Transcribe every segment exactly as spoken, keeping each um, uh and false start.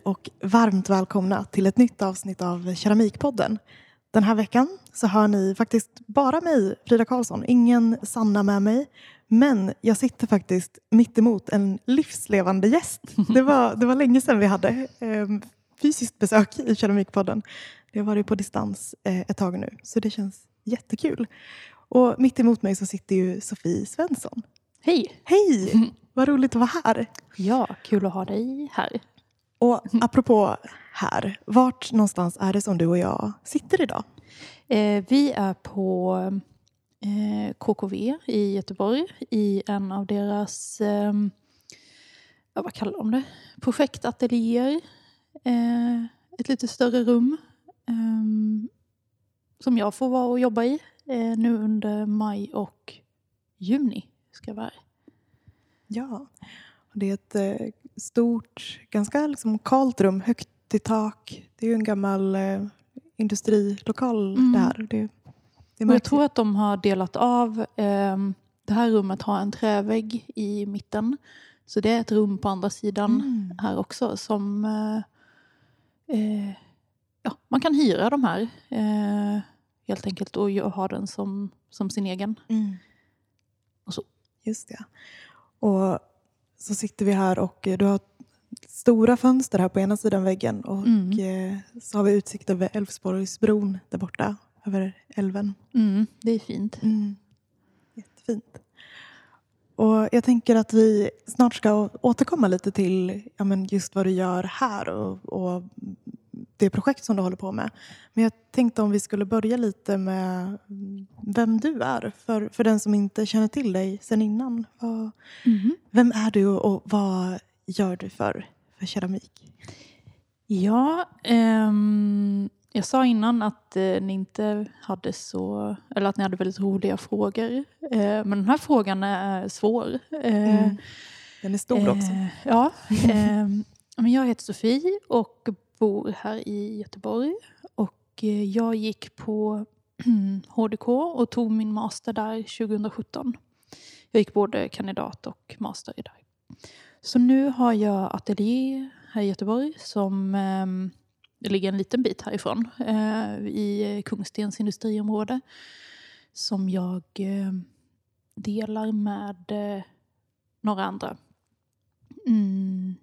och varmt välkomna till ett nytt avsnitt av Keramikpodden. Den här veckan så hör ni faktiskt bara mig, Frida Karlsson, ingen Sanna med mig. Men jag sitter faktiskt mitt emot en livslevande gäst. Det var, det var länge sedan vi hade eh, fysiskt besök i Keramikpodden. Det har varit på distans eh, ett tag nu, så det känns jättekul. Och mitt emot mig så sitter ju Sofie Svensson. Hej! Hej! Vad roligt att vara här. Ja, kul att ha dig här. Och apropå här, vart någonstans är det som du och jag sitter idag? Eh, vi är på eh, K K V i Göteborg i en av deras, eh, vad kallar de det? Projektateljéer. Eh, ett lite större rum eh, som jag får vara och jobba i eh, nu under maj och juni ska jag vara. Ja, det är ett eh, stort, ganska liksom kalt rum, högt i tak. Det är ju en gammal eh, industrilokal mm. det här. Det, det och jag tror att de har delat av, eh, det här rummet har en trävägg i mitten. Så det är ett rum på andra sidan mm. här också som eh, eh, ja, man kan hyra de här eh, helt enkelt och ha den som, som sin egen. Mm. Och så. Just det. Och så sitter vi här och du har stora fönster här på ena sidan väggen och mm. så har vi utsikt över Älvsborgsbron där borta, över älven. Mm, det är fint. Mm. Jättefint. Och jag tänker att vi snart ska återkomma lite till ja, men just vad du gör här och, och det projekt som du håller på med. Men jag tänkte om vi skulle börja lite med vem du är. För, för den som inte känner till dig sen innan. Vad, mm. Vem är du och vad gör du för, för keramik? Ja, ehm, jag sa innan att eh, ni inte hade så, eller att ni hade väldigt roliga frågor. Eh, men den här frågan är svår. Eh, mm. Den är stor också. Eh, ja, eh, men jag heter Sofie och bor här i Göteborg. Och eh, jag gick på H D K och tog min master där tjugohundrasjutton. Jag gick både kandidat och master i där. Så nu har jag ateljé här i Göteborg som eh, ligger en liten bit härifrån. Eh, I Kungstens industriområde. Som jag eh, delar med eh, några andra. Mm.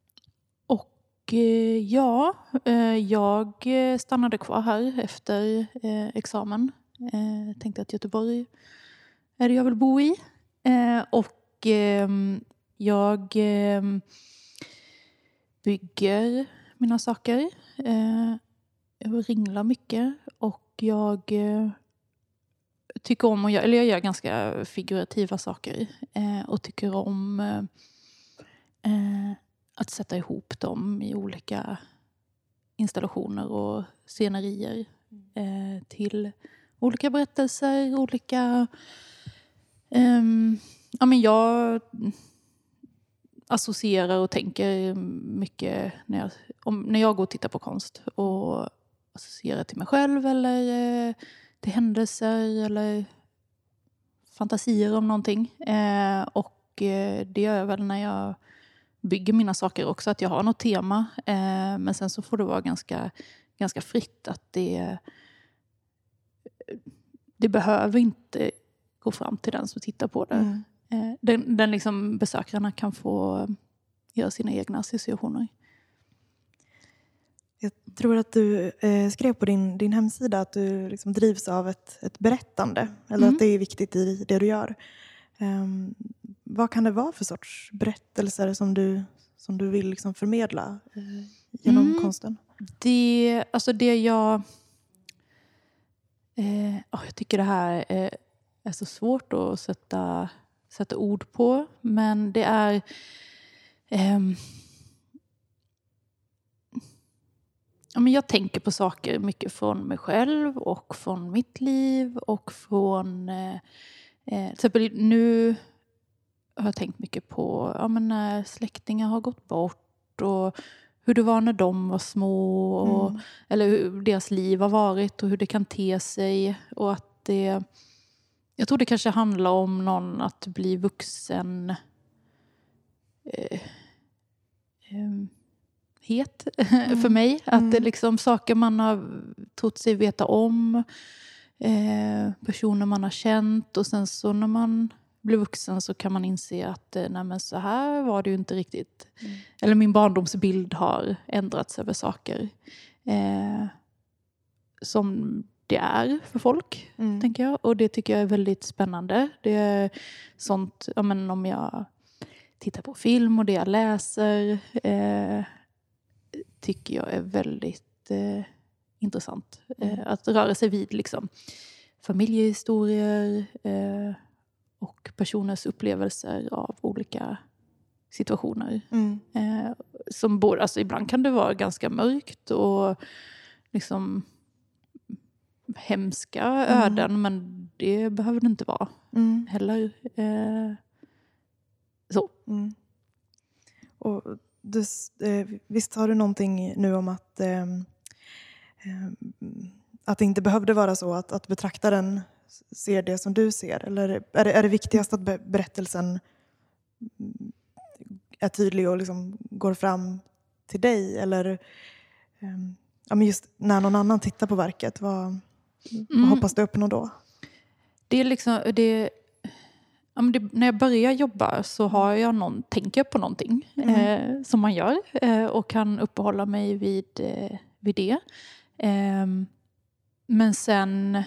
Och eh, ja, eh, jag stannade kvar här efter eh, examen. Eh, tänkte att Göteborg är det jag vill bo i. Eh, och eh, jag eh, bygger mina saker. Eh, jag ringlar mycket och jag eh, tycker om att göra, eller jag gör ganska figurativa saker. Eh, och tycker om eh, att sätta ihop dem i olika installationer och scenerier. Eh, till olika berättelser, olika... Eh, ja, men jag associerar och tänker mycket när jag, om, när jag går och tittar på konst. Och associerar till mig själv eller eh, till händelser eller fantasier om någonting. Eh, och eh, det gör jag väl när jag bygger mina saker också. Att jag har något tema. Eh, men sen så får det vara ganska, ganska fritt. Att det, det behöver inte gå fram till den som tittar på det. Mm. Eh, den den liksom besökarna kan få göra sina egna associationer. Jag tror att du eh, skrev på din, din hemsida att du liksom drivs av ett, ett berättande. Eller mm. att det är viktigt i det du gör. Um, vad kan det vara för sorts berättelser som du, som du vill liksom förmedla eh, genom mm. konsten? Det, alltså det jag... Eh, oh, jag tycker det här är, är så svårt att sätta, sätta ord på. Men det är... Eh, ja, men jag tänker på saker mycket från mig själv och från mitt liv och från... Eh, eh, till exempel nu har jag tänkt mycket på ja, men när släktingar har gått bort och hur det var när de var små och, mm. eller hur deras liv har varit och hur det kan te sig och att det, jag tror det kanske handlar om någon att bli vuxen eh, eh, mm. för mig. Att mm. det liksom saker man har trott sig veta om. Eh, personer man har känt. Och sen så när man blir vuxen så kan man inse att eh, nej, men så här var det ju inte riktigt. Mm. Eller min barndomsbild har ändrats över saker. Eh, som det är för folk, mm. tänker jag. Och det tycker jag är väldigt spännande. Det är sånt, ja, men om jag tittar på film och det jag läser eh, tycker jag är väldigt eh, intressant. Mm. Eh, att röra sig vid liksom familjehistorier eh, och personers upplevelser av olika situationer. Mm. Eh, som både, alltså ibland kan det vara ganska mörkt och liksom hemska öden, mm. men det behöver det inte vara mm. heller. Eh, så. Mm. Och du, eh, visst har du någonting nu om att eh, eh, att det inte behövde vara så att, att betraktaren ser det som du ser? Eller är det, är det viktigast att be- berättelsen är tydlig och liksom går fram till dig? Eller eh, ja, men just när någon annan tittar på verket, vad, mm. vad hoppas du uppnå då? Det är liksom... Det, ja, men det, när jag börjar jobba så har jag någon, tänker jag på någonting mm. eh, som man gör eh, och kan uppehålla mig vid, eh, vid det. Eh, men sen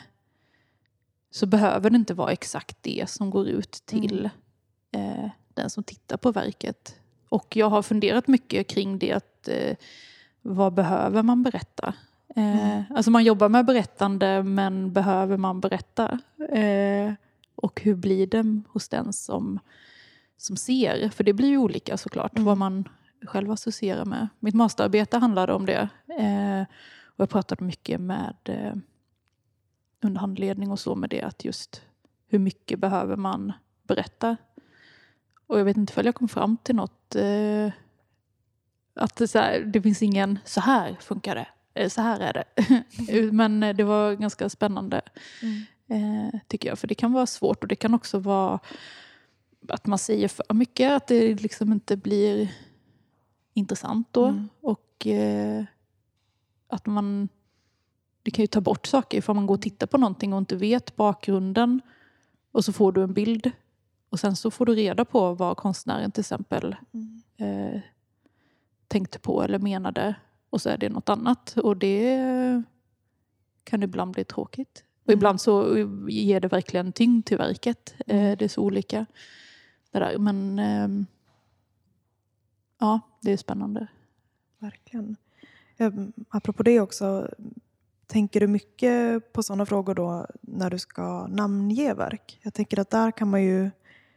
så behöver det inte vara exakt det som går ut till mm. eh, den som tittar på verket. Och jag har funderat mycket kring det, att eh, vad behöver man berätta? Eh, mm. Alltså man jobbar med berättande, men behöver man berätta? Eh, och hur blir det hos den som, som ser? För det blir ju olika såklart, mm. vad man själv associerar med. Mitt masterarbete handlade om det. Eh, och jag pratade mycket med eh, under handledning och så med det, att just hur mycket behöver man berätta? Och jag vet inte om jag kom fram till något, eh, att det, så här, det finns ingen, så här funkar det, eh, så här är det. Men det var ganska spännande, mm. eh, tycker jag. För det kan vara svårt, och det kan också vara att man säger för mycket, att det liksom inte blir intressant då. Mm. Och eh, att man, det kan ju ta bort saker ifall man går och tittar på någonting och inte vet bakgrunden. Och så får du en bild. Och sen så får du reda på vad konstnären till exempel mm. eh, tänkte på eller menade. Och så är det något annat. Och det kan ibland bli tråkigt. Och mm. ibland så ger det verkligen tyngd till verket. Eh, det är så olika. Det där. Men eh, ja, det är spännande. Verkligen. Eh, apropå det också. Tänker du mycket på sådana frågor då när du ska namnge verk? Jag tänker att där kan man ju...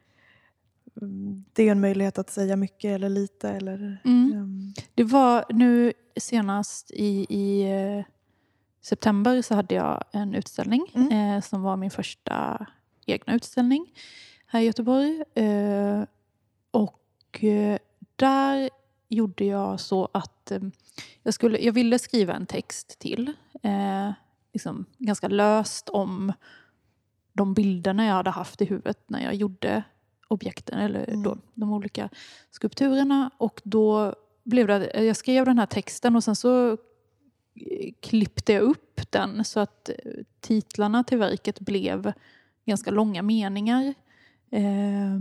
Det är en möjlighet att säga mycket eller lite. Eller, mm. um... Det var nu senast i, i eh, september så hade jag en utställning. Mm. Eh, som var min första egna utställning här i Göteborg. Eh, och eh, där gjorde jag så att eh, jag, skulle, jag ville skriva en text till. Eh, liksom ganska löst om de bilderna jag hade haft i huvudet när jag gjorde objekten eller mm. då, de olika skulpturerna. Och då blev det, jag skrev den här texten och sen så klippte jag upp den så att titlarna till verket blev ganska långa meningar eh,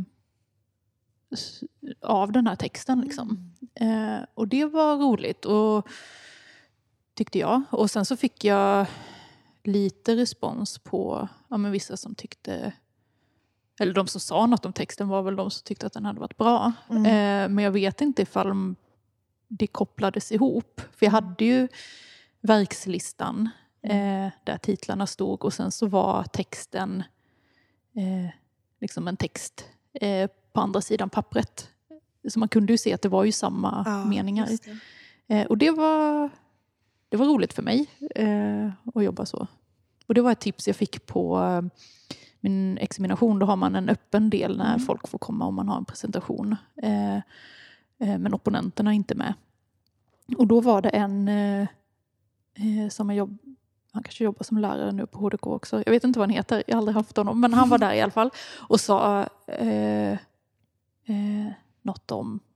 av den här texten liksom. Mm. Eh, och det var roligt och tyckte jag. Och sen så fick jag lite respons på ja, men vissa som tyckte, eller de som sa något om texten var väl de som tyckte att den hade varit bra. Mm. Eh, men jag vet inte ifall det kopplades ihop. För jag hade ju verkslistan eh, där titlarna stod. Och sen så var texten eh, liksom en text eh, på andra sidan pappret. Så man kunde ju se att det var ju samma ja, meningar. Det. Eh, och det var, det var roligt för mig eh, att jobba så. Och det var ett tips jag fick på eh, min examination. Då har man en öppen del när mm. folk får komma om man har en presentation. Eh, eh, men opponenterna är inte med. Och då var det en eh, som är jobb, han kanske jobbar som lärare nu på H D K också. Jag vet inte vad han heter, jag har aldrig haft honom. Men han var där i alla fall och sa eh, eh, något om,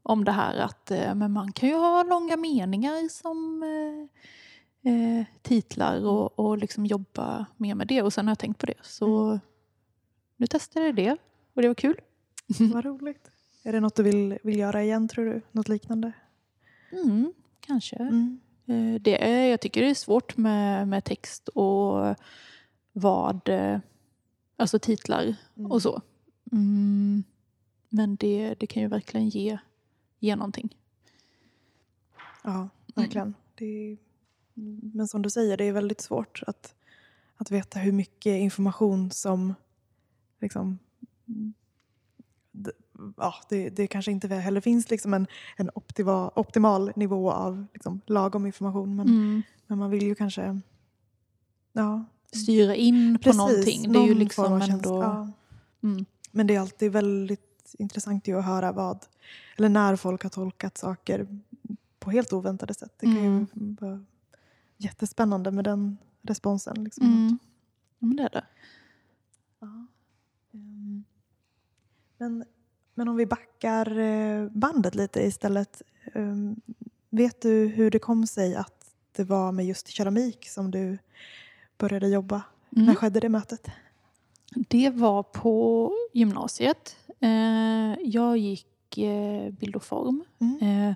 om det här att eh, men man kan ju ha långa meningar som eh, eh, titlar och, och liksom jobba mer med det. Och sen har jag tänkt på det. Så mm. nu testade jag det och det var kul. Vad roligt. Är det något du vill, vill göra igen, tror du? Något liknande? Mm, kanske. Mm. Eh, det är, jag tycker det är svårt med, med text och vad, eh, alltså titlar Mm. och så. Mm, men det, det kan ju verkligen ge, ge någonting. Ja, verkligen. Mm. Det är, men som du säger, det är väldigt svårt att, att veta hur mycket information som liksom, det, ja, det, det kanske inte heller finns liksom en, en optimal, optimal nivå av liksom lagom information. Men, mm. men man vill ju kanske ja, styra in på precis, någonting. Det är ju liksom ändå... Känns, ja. mm. Men det är alltid väldigt intressant ju att höra vad, eller när folk har tolkat saker på helt oväntade sätt. Det kan mm. ju vara jättespännande med den responsen. Liksom. Mm. Ja, men det är det. Ja. Um. Men, men om vi backar bandet lite istället. Um, vet du hur det kom sig att det var med just keramik som du började jobba? Mm. När skedde det mötet? Det var på gymnasiet. Eh, jag gick eh, bild och form. Mm. Eh,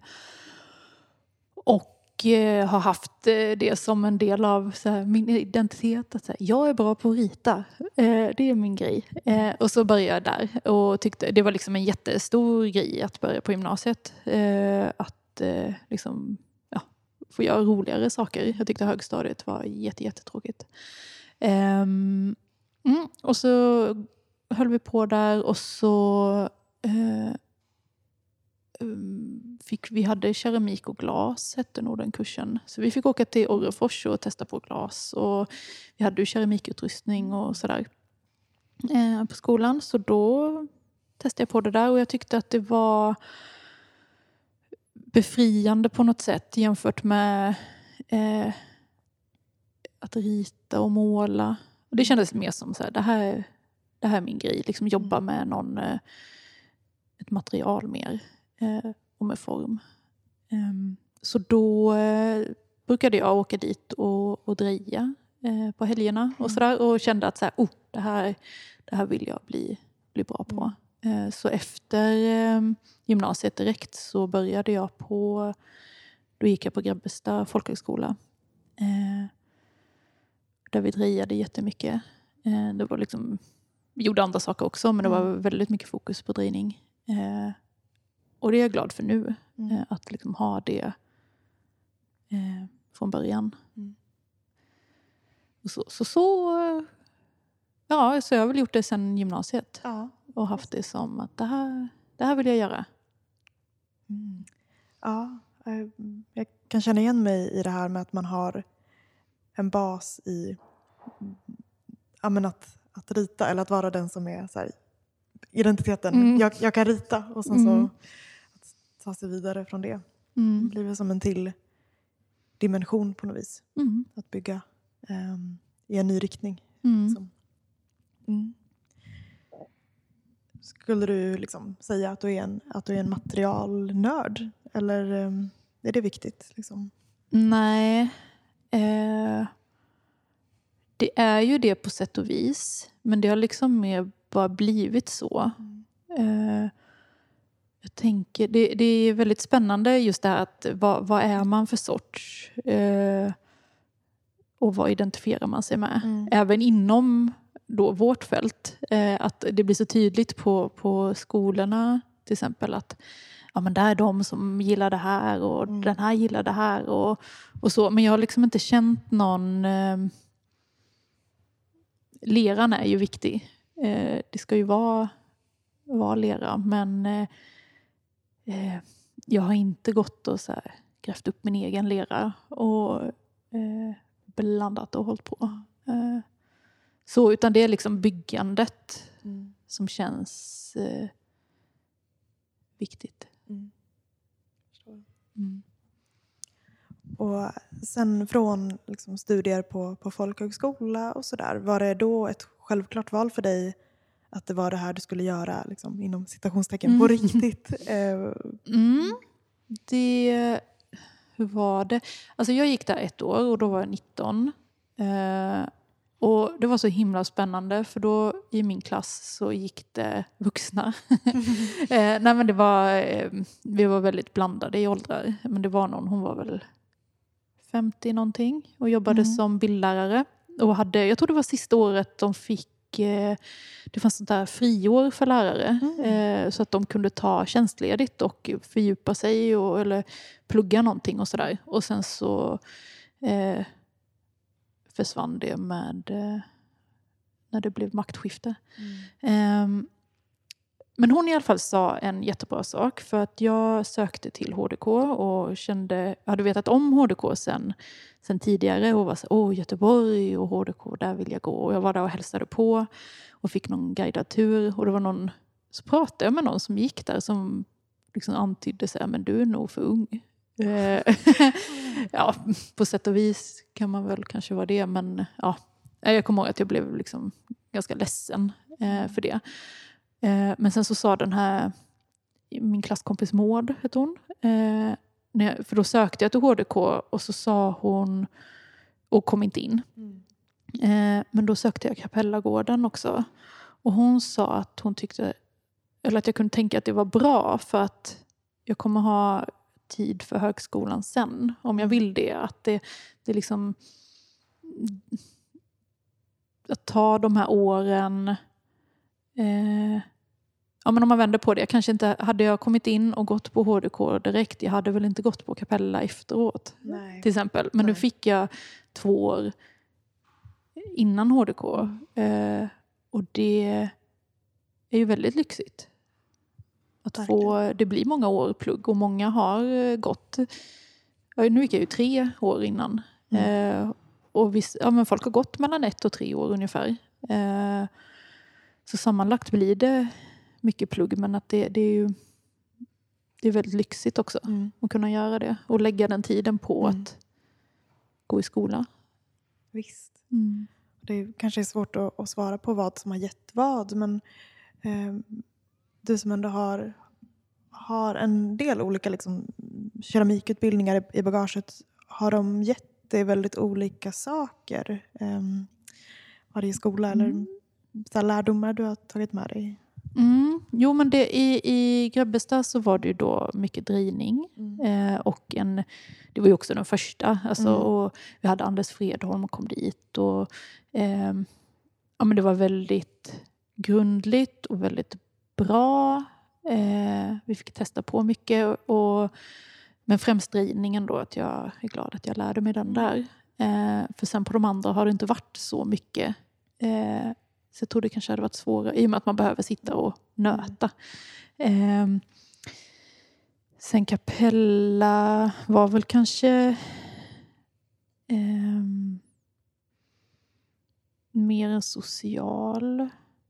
och eh, har haft eh, det som en del av så här, min identitet. Att, så här, jag är bra på att rita. Eh, det är min grej. Eh, och så började jag där. Och tyckte det var liksom en jättestor grej att börja på gymnasiet. Eh, att eh, liksom, ja, få göra roligare saker. Jag tyckte högstadiet var jätte, jättetråkigt. Um, mm, och så höll vi på där och så uh, um, fick vi hade keramik och glas hette nog den kursen. Så vi fick åka till Orrefors och testa på glas och vi hade ju keramikutrustning och sådär uh, på skolan. Så då testade jag på det där och jag tyckte att det var befriande på något sätt jämfört med uh, att rita och måla. Och det kändes mer som så här, det här, det här är min grej. Liksom jobba med någon, ett material mer eh, och med form. Um, så då eh, brukade jag åka dit och, och dreja eh, på helgerna och sådär. Och kände att så här, oh, det, här, det här vill jag bli, bli bra på. Mm. Eh, så efter eh, gymnasiet direkt så började jag på, då gick jag på Grebbestad folkhögskola. Eh, Där vi drejade jättemycket. Eh, det var liksom, vi gjorde andra saker också, men det var väldigt mycket fokus på drejning. Eh, och det är jag glad för nu. Mm. Eh, att liksom ha det eh, från början. Mm. Och så, så, så, ja, så jag har väl gjort det sedan gymnasiet. Ja. Och haft det som att det här, det här vill jag göra. Mm. Ja, jag kan känna igen mig i det här med att man har en bas i ja, men att, att rita eller att vara den som är så här, identiteten. Mm. Jag, jag kan rita och sen mm. så att ta sig vidare från det. Mm. Det blir som en till dimension på något vis. Mm. Att bygga um, i en ny riktning. Mm. Liksom. Mm. Skulle du liksom säga att du är en, att du är en materialnörd? Eller um, är det viktigt? Liksom? Nej. Eh, det är ju det på sätt och vis. Men det har liksom mer bara blivit så. Mm. Eh, jag tänker, det, det är väldigt spännande just det här att vad, vad är man för sorts? Eh, och vad identifierar man sig med? Mm. Även inom då vårt fält. Eh, att det blir så tydligt på, på skolorna till exempel att ja, men det är de som gillar det här och mm. den här gillar det här och, och så. Men jag har liksom inte känt någon... Eh, leran är ju viktig. Eh, det ska ju vara, vara lera. Men eh, eh, jag har inte gått och så här, grävt upp min egen lera och eh, blandat och hållit på. Eh, så, utan det är liksom byggandet mm. som känns eh, viktigt. Mm. Mm. Och sen från liksom studier på, på folkhögskola och sådär, var det då ett självklart val för dig att det var det här du skulle göra liksom, inom citationstecken Mm. på riktigt? Eh, Mm. Det, hur var det? Alltså jag gick där ett år och då var jag nitton. Eh, och det var så himla spännande för då i min klass så gick det vuxna. eh, nej men det var, eh, vi var väldigt blandade i åldrar. Men det var någon, hon var väl femtio någonting och jobbade Mm. som bildlärare. Och hade, jag tror det var sista året de fick, eh, det fanns sånt där friår för lärare. Mm. Eh, så att de kunde ta tjänstledigt och fördjupa sig och, eller plugga någonting och sådär. Och sen så eh, försvann det med eh, när det blev maktskifte. Mm. Eh, men hon i alla fall sa en jättebra sak för att jag sökte till H D K och kände, hade vetat om H D K sen, sen tidigare och var så åh Göteborg och H D K, där vill jag gå. Och jag var där och hälsade på och fick någon guidad tur och det var någon, så pratade jag med någon som gick där som liksom antydde så här, men du är nog för ung. Ja, på sätt och vis kan man väl kanske vara det, men ja, jag kommer ihåg att jag blev liksom ganska ledsen eh, för det. Eh, men sen så sa den här, min klasskompis Maud heter hon, eh, när jag, för då sökte jag till H D K och så sa hon, och kom inte in. Mm. Eh, men då sökte jag Kapellagården också. Och hon sa att hon tyckte, eller att jag kunde tänka att det var bra för att jag kommer ha tid för högskolan sen, om jag vill det. Att det, det liksom, att ta de här åren, eh, ja men om man vänder på det, kanske inte, hade jag kommit in och gått på H D K direkt, jag hade väl inte gått på Kapella efteråt. Nej. Till exempel. Men Nej. nu fick jag två år innan H D K. Eh, och det är ju väldigt lyxigt. Att få, det blir många år plugg och många har gått, ja, nu gick jag ju tre år innan. Mm. Eh, och viss, ja, men folk har gått mellan ett och tre år ungefär. Eh, så sammanlagt blir det mycket plugg, men att det, det är ju det är väldigt lyxigt också Mm. att kunna göra det och lägga den tiden på Mm. att gå i skola. Visst. Mm. Det kanske är svårt att, att svara på vad som har gett vad, men eh, du som ändå har, har en del olika liksom, keramikutbildningar i, i bagaget, har de gett dig väldigt olika saker? Eh, var det i skola eller Mm. så här lärdomar du har tagit med dig? Mm. Jo, men det, i, i Grebbestad så var det ju då mycket drivning. Mm. Eh, och en, det var ju också den första. Alltså, Mm. och vi hade Anders Fredholm och kom dit. Och, eh, ja, men det var väldigt grundligt och väldigt bra. Eh, vi fick testa på mycket. Och, men främst drivningen då, att jag är glad att jag lärde mig den där. Eh, för sen på de andra har det inte varit så mycket. Eh, så jag tror det kanske hade varit svårare i och med att man behöver sitta och nöta. Eh, sen Kapella var väl kanske eh, mer en social.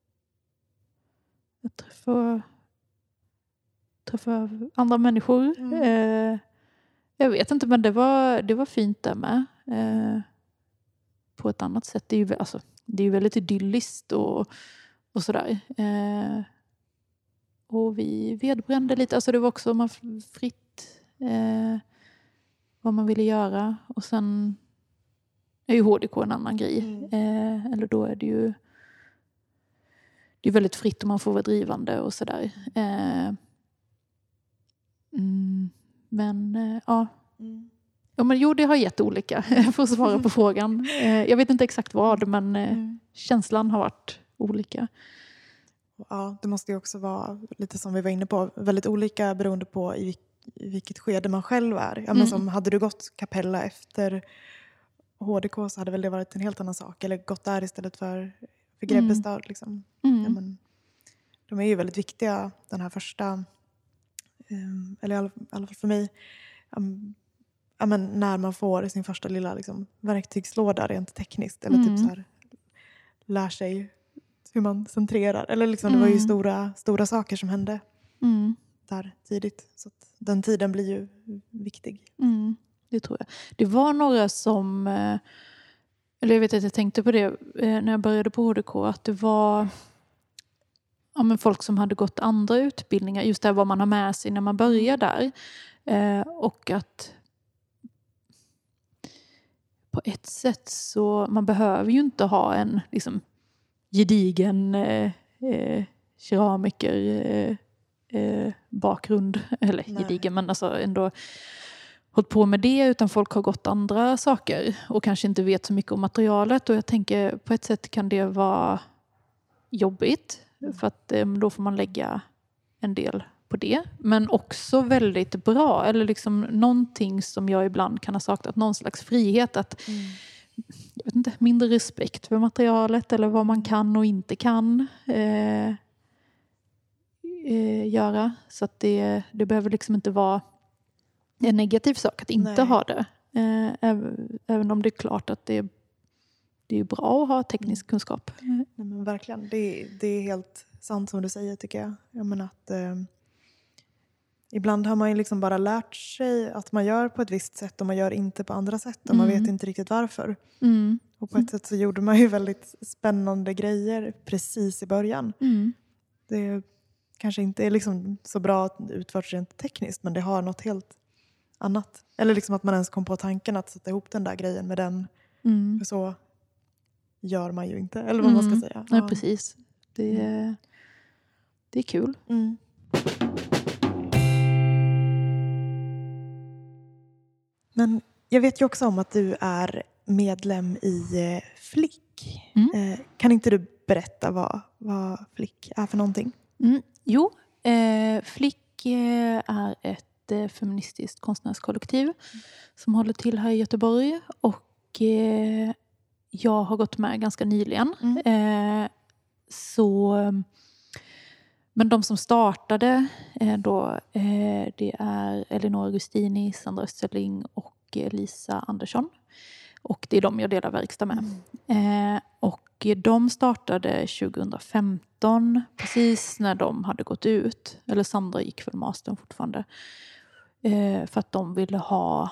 Jag träffar, träffar andra människor. Mm. Eh, jag vet inte, men det var, det var fint där med. Eh, på ett annat sätt. Det är ju, alltså, det är ju väldigt idylliskt och, och sådär. Eh, och vi vedbrände lite. Alltså det var också man fritt eh, vad man ville göra. Och sen är ju H D K en annan grej. Mm. Eh, eller då är det ju det är väldigt fritt och man får vara drivande och sådär. Eh, mm, men eh, ja. Mm. Ja, men jo, det har gett olika för att svara på frågan. Eh, jag vet inte exakt vad, men eh, Mm. känslan har varit olika. Ja, det måste ju också vara lite som vi var inne på, väldigt olika beroende på i, vilk- i vilket skede man själv är. Ja, men Mm. som, hade du gått Kapella efter H D K så hade väl det varit en helt annan sak. Eller gått där istället för, för Grebbestad. Mm. Liksom. Mm. Ja, men, de är ju väldigt viktiga, den här första, um, eller i alla, i alla fall för mig, um, ja, men när man får sin första lilla liksom, verktygslåda rent tekniskt. Eller Mm. typ så här, lär sig hur man centrerar. Eller liksom, det var ju Mm. stora, stora saker som hände Mm. där tidigt. Så att den tiden blir ju viktig. Mm. Det tror jag. Det var några som, eh, eller jag vet att jag tänkte på det eh, när jag började på H D K, att det var ja, men folk som hade gått andra utbildningar. Just det vad man har med sig när man börjar där. Eh, och att på ett sätt så man behöver ju inte ha en liksom, gedigen eh, eh, keramiker eh, eh, bakgrund. Eller Nej. gedigen men alltså ändå hållit på med det, utan folk har gått andra saker och kanske inte vet så mycket om materialet. Och jag tänker på ett sätt kan det vara jobbigt för att eh, då får man lägga en del på det. Men också väldigt bra, eller liksom någonting som jag ibland kan ha saknat, någon slags frihet att mm. jag vet inte, mindre respekt för materialet eller vad man kan och inte kan eh, eh, göra. Så att det, det behöver liksom inte vara en negativ sak att inte Nej. ha det. Eh, även, även om det är klart att det är, det är bra att ha teknisk kunskap. Nej, men verkligen, det, det är helt sant som du säger tycker jag. Jag menar att eh, ibland har man ju liksom bara lärt sig att man gör på ett visst sätt och man gör inte på andra sätt. Och mm. man vet inte riktigt varför. Mm. Och på ett sätt så gjorde man ju väldigt spännande grejer precis i början. Mm. Det kanske inte är liksom så bra utfört rent tekniskt, men det har något helt annat. Eller liksom att man ens kom på tanken att sätta ihop den där grejen med den. Mm. För så gör man ju inte. Eller vad mm. man ska säga. Ja, ja precis. Det är, det är kul. Mm. Men jag vet ju också om att du är medlem i Flick. Mm. Eh, kan inte du berätta vad, vad Flick är för någonting? Mm. Jo, eh, Flick eh, är ett eh, feministiskt konstnärskollektiv mm. som håller till här i Göteborg. Och eh, jag har gått med ganska nyligen. Mm. Eh, så... Men de som startade eh, då, eh, det är Elinor Augustini, Sandra Österling och eh, Lisa Andersson. Och det är de jag delar verkstad med. Mm. Eh, och de startade tjugohundrafemton, precis när de hade gått ut. Eller Sandra gick för mastern fortfarande. Eh, för att de ville ha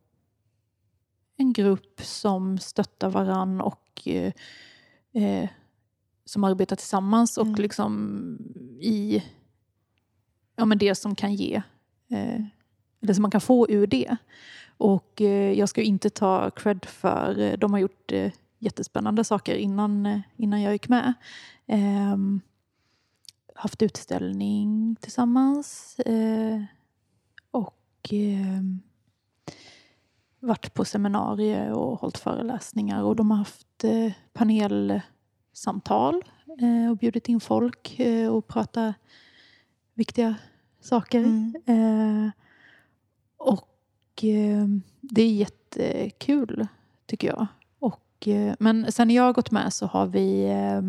en grupp som stöttar varann och... Eh, eh, som arbetar tillsammans och mm. liksom i ja, men det som kan ge eh, eller som man kan få ur det. Och eh, jag ska ju inte ta cred för eh, de har gjort eh, jättespännande saker innan, eh, innan jag gick med. Eh, haft utställning tillsammans eh, och eh, varit på seminarier och hållit föreläsningar och de har haft eh, panel samtal eh, och bjudit in folk eh, och prata viktiga saker. Mm. Eh, och eh, det är jättekul tycker jag. Och, eh, men sen när jag har gått med så har vi eh,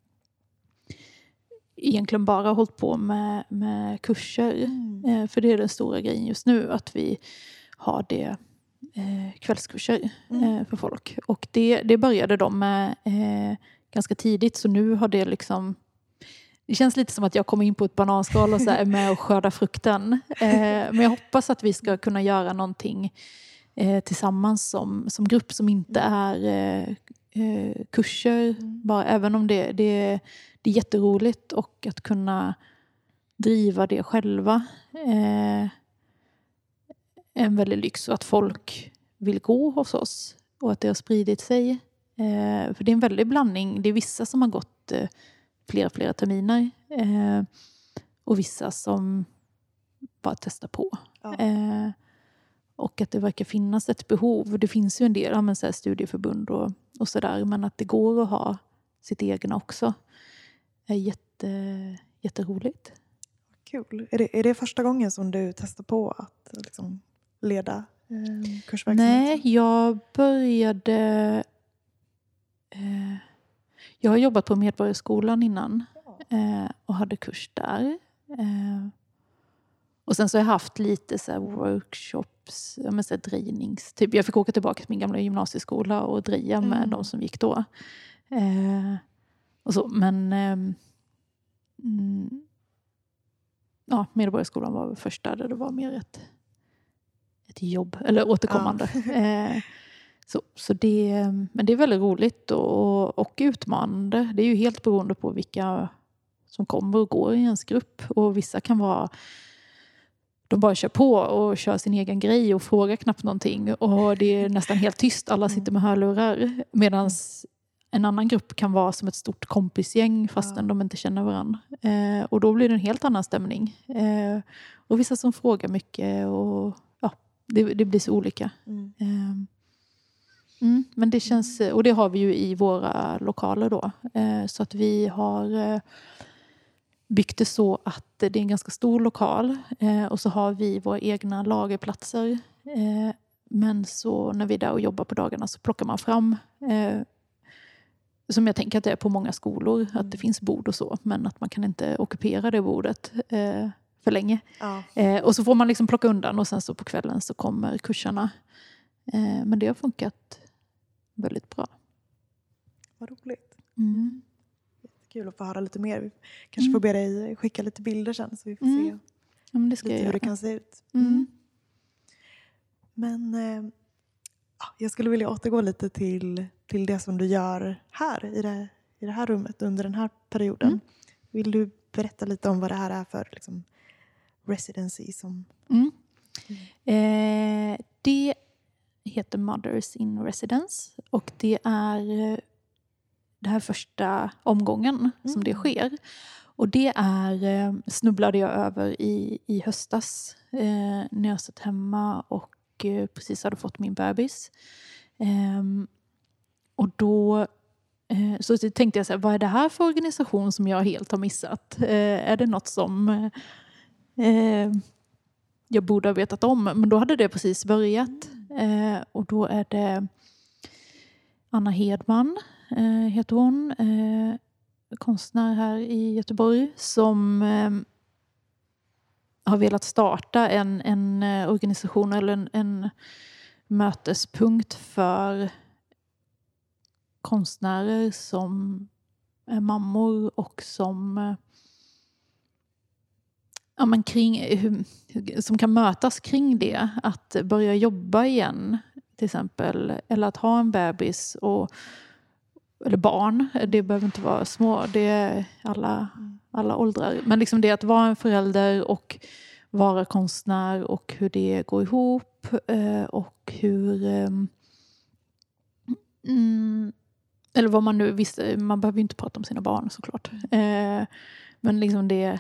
egentligen bara hållit på med, med kurser. Mm. Eh, för det är den stora grejen just nu att vi har det eh, kvällskurser mm. eh, för folk. Och det, det började de med eh, ganska tidigt, så nu har det liksom det känns lite som att jag kommer in på ett bananskal och så är med och skördar frukten. Eh, men jag hoppas att vi ska kunna göra någonting eh, tillsammans som, som grupp som inte är eh, eh, kurser. Mm. Bara, även om det, det, det är jätteroligt och att kunna driva det själva. Eh, en väldigt lyx och att folk vill gå hos oss och att det har spridit sig. Eh, för det är en väldig blandning. Det är vissa som har gått eh, flera, flera terminer. Eh, och vissa som bara testar på. Ja. Eh, och att det verkar finnas ett behov. Det finns ju en del ja, men så här studieförbund och, och sådär. Men att det går att ha sitt egna också. Är jätte, jätteroligt. Kul. Är det, är det första gången som du testar på att liksom, leda eh, kursverksamhet? Nej, jag började... Eh, jag har jobbat på Medborgarskolan innan. Eh, och hade kurs där. Eh, och sen så har jag haft lite så här workshops, ja, men så här drejnings. Typ, jag fick åka tillbaka till min gamla gymnasieskola och dreja med mm. de som gick då. Eh, och så, men eh, mm, ja, Medborgarskolan var väl första där det var mer ett, ett jobb, eller återkommande. Ja. eh, så, så det, men det är väldigt roligt och, och utmanande. Det är ju helt beroende på vilka som kommer och går i ens grupp. Och vissa kan vara, de bara kör på och kör sin egen grej och frågar knappt någonting. Och det är nästan helt tyst, alla sitter med hörlurar. Medan en annan grupp kan vara som ett stort kompisgäng fastän ja. de inte känner varandra. Eh, och då blir det en helt annan stämning. Eh, och vissa som frågar mycket och ja, det, det blir så olika. Mm. Eh, mm, men det känns, och det har vi ju i våra lokaler då. Eh, så att vi har eh, byggt det så att det är en ganska stor lokal. Eh, och så har vi våra egna lagerplatser. Eh, men så när vi är där och jobbar på dagarna så plockar man fram eh, som jag tänker att det är på många skolor. Mm. Att det finns bord och så. Men att man kan inte ockupera det bordet eh, för länge. Ja. Eh, och så får man liksom plocka undan. Och sen så på kvällen så kommer kurserna. Eh, men det har funkat väldigt bra. Vad roligt. Mm. Kul att få höra lite mer. Vi kanske mm. får be dig skicka lite bilder sen. Så vi får mm. se ja, men det ska lite jag hur göra. det kan se ut. Mm. Men eh, jag skulle vilja återgå lite till, till det som du gör här i det, i det här rummet under den här perioden. Mm. Vill du berätta lite om vad det här är för liksom, residency? Som... Mm. Mm. Eh, det heter Mothers in Residence. Och det är det här första omgången mm. som det sker. Och det är, snubblade jag över i, i höstas eh, när jag satt hemma och eh, precis hade fått min bebis. Eh, och då eh, så tänkte jag så här, vad är det här för organisation som jag helt har missat? Eh, är det något som eh, jag borde ha vetat om? Men då hade det precis börjat. Eh, och då är det Anna Hedman, eh, heter hon. Eh, konstnär här i Göteborg som eh, har velat starta en, en organisation eller en, en mötespunkt för konstnärer som är mammor och som eh, ja, men kring, som kan mötas kring det. Att börja jobba igen till exempel. Eller att ha en bebis och eller barn, det behöver inte vara små, det är alla, alla åldrar. Men liksom det att vara en förälder och vara konstnär och hur det går ihop och hur mm, eller vad man nu visste, man behöver ju inte prata om sina barn såklart. Men liksom det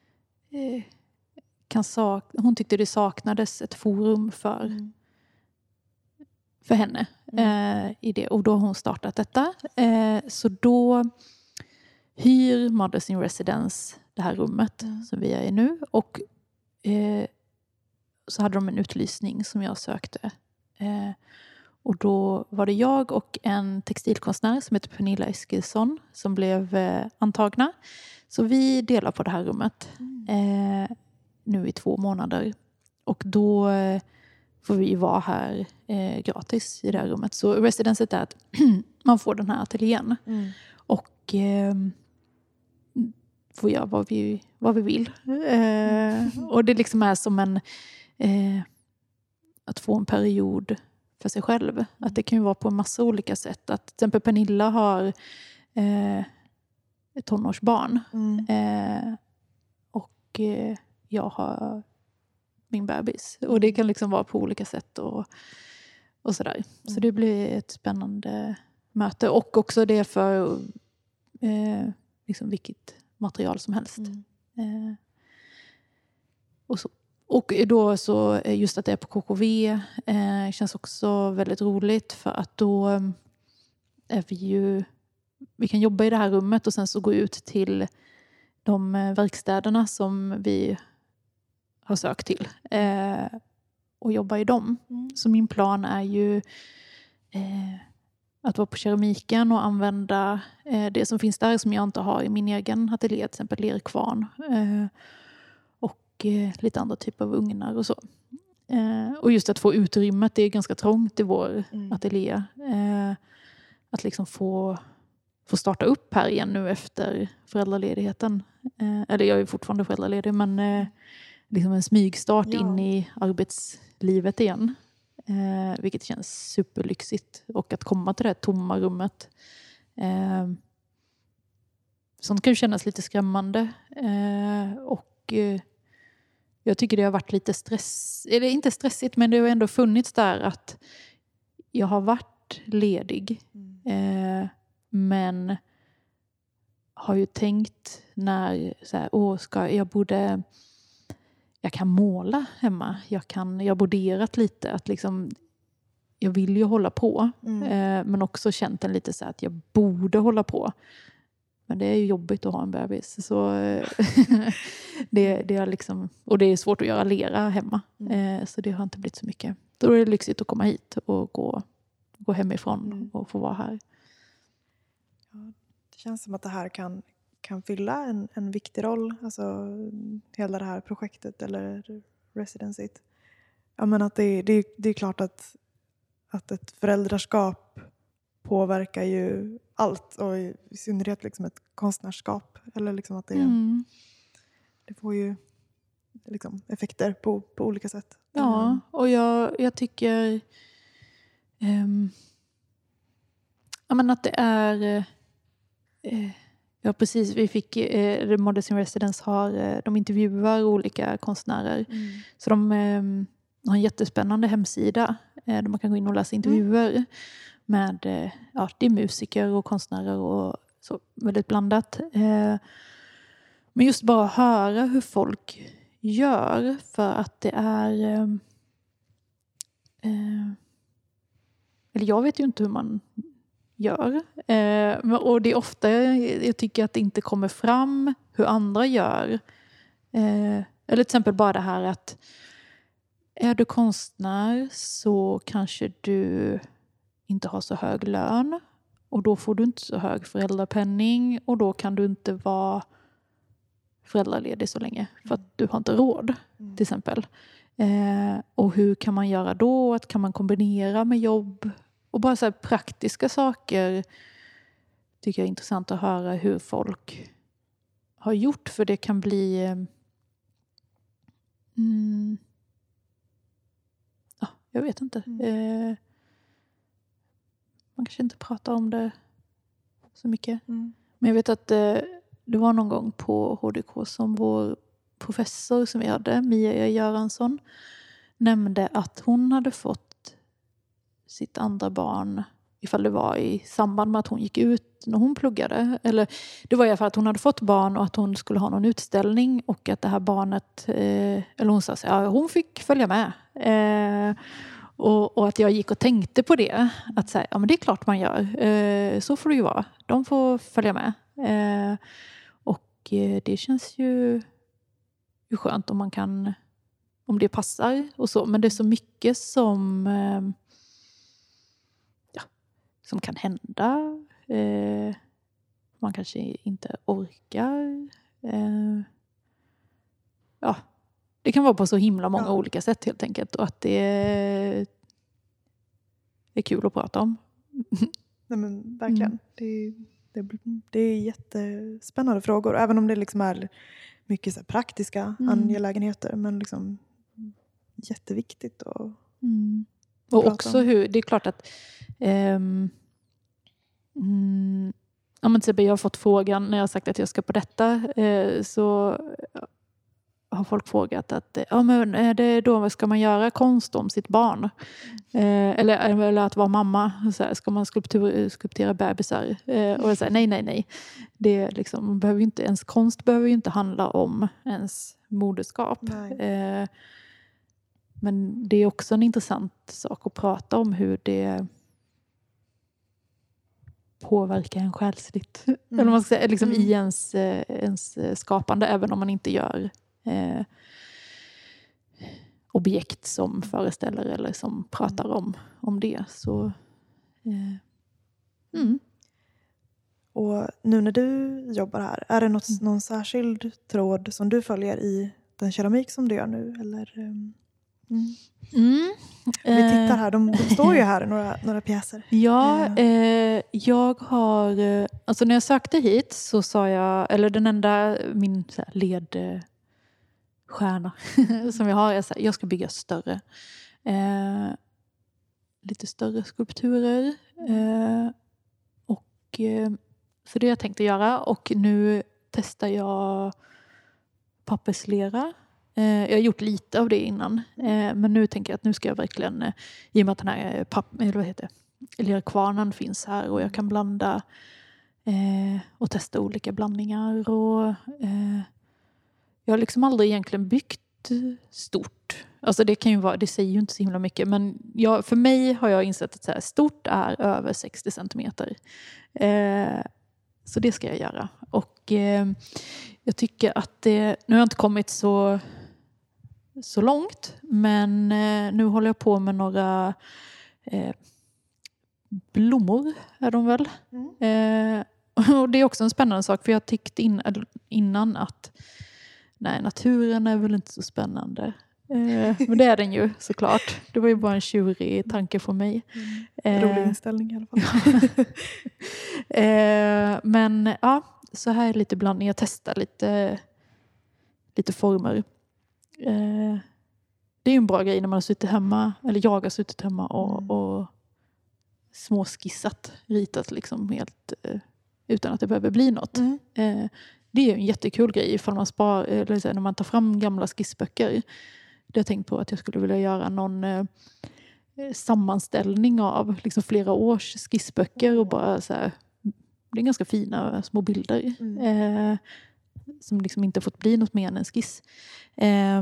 kan sak, hon tyckte det saknades ett forum för mm. för henne mm. eh, i det. Och då har hon startat detta. Eh, så då hyr Mothers in Residence det här rummet mm. som vi är i nu. Och eh, så hade de en utlysning som jag sökte. Eh, och då var det jag och en textilkonstnär som heter Pernilla Eskilsson som blev eh, antagna. Så vi delar på det här rummet mm. eh, nu i två månader. Och då eh, får vi vara här eh, gratis i det här rummet. Så residenset är att man får den här ateljén. Mm. Och eh, får göra vad vi, vad vi vill. Eh, och det liksom är som en... Eh, att få en period för sig själv. Att det kan ju vara på en massa olika sätt. Att till exempel Pernilla har eh, ett tonårsbarn. Mm. Eh, och eh, jag har... min bebis. Och det kan liksom vara på olika sätt och, och sådär. Mm. Så det blir ett spännande möte. Och också det för eh, liksom vilket material som helst. Mm. Eh, och, så. och då så just att det är på K K V eh, känns också väldigt roligt. För att då är vi ju... vi kan jobba i det här rummet och sen så gå ut till de verkstäderna som vi har sökt till eh, och jobba i dem. Mm. Så min plan är ju eh, att vara på keramiken och använda eh, det som finns där som jag inte har i min egen ateljé, till exempel lerkvarn eh, och eh, lite andra typer av ugnar och så. Eh, och just att få utrymmet, det är ganska trångt i vår mm. ateljé. Eh, att liksom få, få starta upp här igen nu efter föräldraledigheten. Eh, eller jag är fortfarande föräldraledig, men eh, liksom en smygstart ja. in i arbetslivet igen. Eh, vilket känns superlyxigt. Och att komma till det här tomma rummet. Eh, sånt kan ju kännas lite skrämmande. Eh, och eh, jag tycker det har varit lite stress, eller inte stressigt, men det har ändå funnits där att jag har varit ledig. Mm. Eh, men har ju tänkt när så här, åh, ska jag borde jag kan måla hemma. Jag kan jag har broderat lite att liksom jag vill ju hålla på, mm. eh, men också känt en lite så här att jag borde hålla på. Men det är ju jobbigt att ha en bebis. Så det, det är liksom, och det är svårt att göra lera hemma. Mm. Eh, så det har inte blivit så mycket. Då är det lyxigt att komma hit och gå, gå hemifrån mm. och få vara här. Ja, det känns som att det här kan, kan fylla en, en viktig roll. Alltså hela det här projektet eller residencyt. Ja, men att det, det, det är klart att, att ett föräldraskap påverkar ju allt, och i synnerhet liksom ett konstnärskap, eller liksom att det, mm. det får ju liksom effekter på, på olika sätt. Ja, och jag, jag tycker um, ja, men att det är uh, ja precis, vi fick uh, The Models in Residence har, uh, de intervjuar olika konstnärer, mm. så de um, har en jättespännande hemsida uh, där man kan gå in och läsa intervjuer mm. med, ja, det är musiker och konstnärer och så, väldigt blandat. Eh, men just bara höra hur folk gör, för att det är eh, eller jag vet ju inte hur man gör. Eh, och det är ofta jag tycker att det inte kommer fram hur andra gör. Eh, eller till exempel bara det här att är du konstnär så kanske du inte har så hög lön, och då får du inte så hög föräldrapenning, och då kan du inte vara föräldraledig så länge för att du har inte råd, mm. till exempel. Eh, och hur kan man göra då? Att kan man kombinera med jobb? Och bara så här praktiska saker tycker jag är intressant att höra hur folk har gjort, för det kan bli eh, mm, ja, jag vet inte. Mm. Eh, Man kanske inte pratar om det så mycket. Mm. Men jag vet att eh, det var någon gång på H D K som vår professor som vi hade, Mia Göransson, nämnde att hon hade fått sitt andra barn, ifall det var i samband med att hon gick ut när hon pluggade. Eller det var i alla fall att hon hade fått barn och att hon skulle ha någon utställning, och att det här barnet, eh, eller hon sa så, ja, hon fick följa med. Eh, Och, och att jag gick och tänkte på det. Att säga, ja men det är klart man gör. Eh, så får det ju vara. De får följa med. Eh, och eh, det känns ju, ju skönt om man kan, om det passar och så. Men det är så mycket som, eh, ja, som kan hända. Eh, man kanske inte orkar. Eh, ja. Det kan vara på så himla många ja. olika sätt helt enkelt. Och att det är, är kul att prata om. Nej, men verkligen. Mm. Det, det, det är jättespännande frågor. Även om det liksom är mycket så här praktiska mm. angelägenheter. Men liksom jätteviktigt. Och, mm. och också om. hur, det är klart att um, mm, ja, men typ jag har fått frågan när jag har sagt att jag ska på detta. Eh, så har folk frågat att ja, men är det då, vad ska man göra konst om sitt barn? Eh, eller, eller att vara mamma. Så här, ska man skulptur, skulptera bebisar? Eh, och jag säger nej, nej, nej. Det är liksom, man behöver inte, ens konst behöver ju inte handla om ens moderskap. Eh, men det är också en intressant sak att prata om, hur det påverkar en själsligt. Mm. Eller man ska säga, liksom mm. i ens, ens skapande, även om man inte gör Eh, objekt som föreställer eller som pratar om, om det. Så, eh, mm. Och nu när du jobbar här, är det något, någon särskild tråd som du följer i den keramik som du gör nu? Eller, mm. Mm. Vi tittar här, de, de står ju här några, några pjäser. Ja, eh, jag har, alltså när jag sökte hit så sa jag, eller den enda, min så här, led stjärna som jag har, jag, jag ska bygga större eh, lite större skulpturer eh, och eh, så det har jag tänkt att göra. Och nu testar jag papperslera. Eh, jag har gjort lite av det innan. Eh, men nu tänker jag att nu ska jag verkligen, eh, i och med att den här papp, eller vad heter det, lerkvarnen finns här och jag kan blanda eh, och testa olika blandningar. Och, eh, jag har liksom aldrig egentligen byggt stort. Alltså det kan ju vara, det säger ju inte så himla mycket, men jag, för mig har jag insett att så här, stort är över sextio centimeter. Eh, så det ska jag göra. Och eh, jag tycker att det, nu har jag inte kommit så så långt, men eh, nu håller jag på med några eh, blommor är de väl. Mm. Eh, och det är också en spännande sak, för jag tyckte in, innan att nej, naturen är väl inte så spännande. Eh, men det är den ju såklart. Det var ju bara en tjurig tanke från mig. Mm. Eh, Rolig inställning i alla fall. eh, men ja, så här är lite blandning. Jag testar lite, lite former. Eh, det är ju en bra grej när man har suttit hemma, eller jag har suttit hemma och, mm. och småskissat, ritat liksom helt eh, utan att det behöver bli något. Mm. Eh, det är ju en jättekul grej ifall man spar, eller så här, när man tar fram gamla skissböcker. Det har jag tänkt på att jag skulle vilja göra någon eh, sammanställning av liksom flera års skissböcker och bara så här, det är ganska fina små bilder mm. eh, som liksom inte fått bli något mer än en skiss. Eh,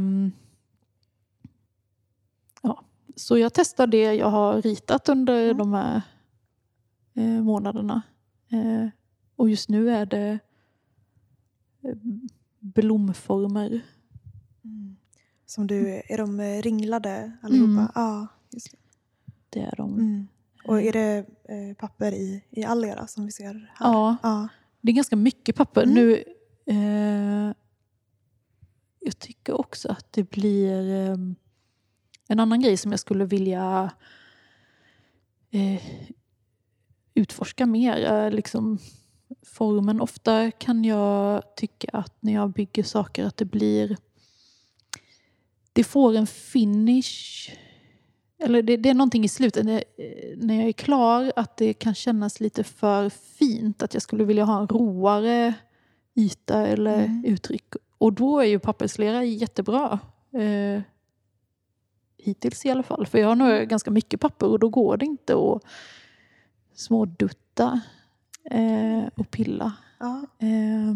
ja. Så jag testar det jag har ritat under mm. de här eh, månaderna. Eh, och just nu är det eh, blomformer. Mm. Som du, är de ringlade allihopa? Mm. Ja, just det. Det är de. Mm. Och är det eh, papper i, i allera som vi ser här? Ja, ja. Det är ganska mycket papper. Mm. Nu, eh, jag tycker också att det blir eh, en annan grej som jag skulle vilja eh, utforska mer. Eh, liksom formen. Ofta kan jag tycka att när jag bygger saker att det blir, det får en finish, eller det, det är någonting i slutet när, när jag är klar att det kan kännas lite för fint, att jag skulle vilja ha en roare yta eller mm. uttryck, och då är ju papperslera jättebra eh, hittills i alla fall, för jag har nog ganska mycket papper och då går det inte att smådutta eh, och pilla. Ja. Eh,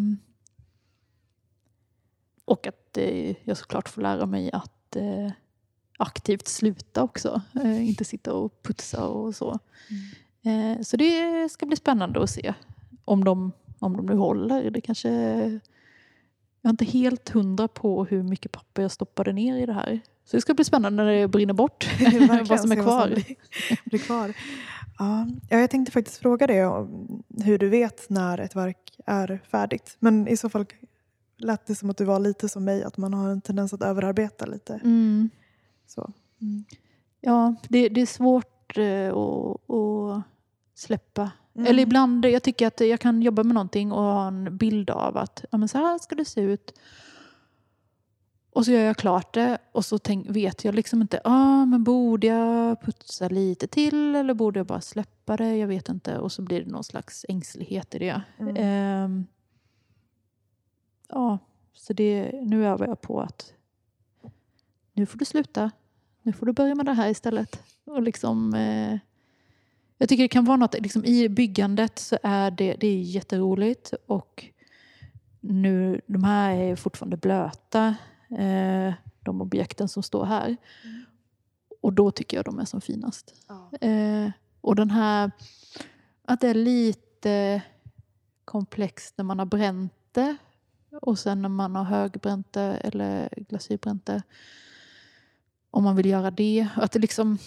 och att eh, jag såklart får lära mig att eh, aktivt sluta också. Eh, inte sitta och putsa och så. Mm. Eh, så det ska bli spännande att se om de, om de nu håller. Det kanske, jag är inte helt hundra på hur mycket papper jag stoppade ner i det här. Så det ska bli spännande när det brinner bort. Vad som är kvar. Vad som blir, blir kvar. Ja, jag tänkte faktiskt fråga dig om hur du vet när ett verk är färdigt. Men i så fall lät det som att du var lite som mig, att man har en tendens att överarbeta lite. Mm. Så. Mm. Ja, det, det är svårt eh, att, att släppa. Mm. Eller ibland, jag tycker att jag kan jobba med någonting och ha en bild av att ja, men så här ska det se ut. Och så gör jag klart det och så tänk, vet jag liksom inte, ah, men borde jag putsa lite till eller borde jag bara släppa det? Jag vet inte. Och så blir det någon slags ängslighet i det. Mm. Um, ja, så det, nu övar jag på att nu får du sluta. Nu får du börja med det här istället. Och liksom, eh, jag tycker det kan vara något, liksom, i byggandet så är det, det är jätteroligt. Och nu, de här är fortfarande blöta. Eh, de objekten som står här. Mm. Och då tycker jag de är som finast. Ja. Eh, och den här, att det är lite komplext när man har bränt det. Och sen när man har högbränt det eller glasyrbränt det. Om man vill göra det. Att det liksom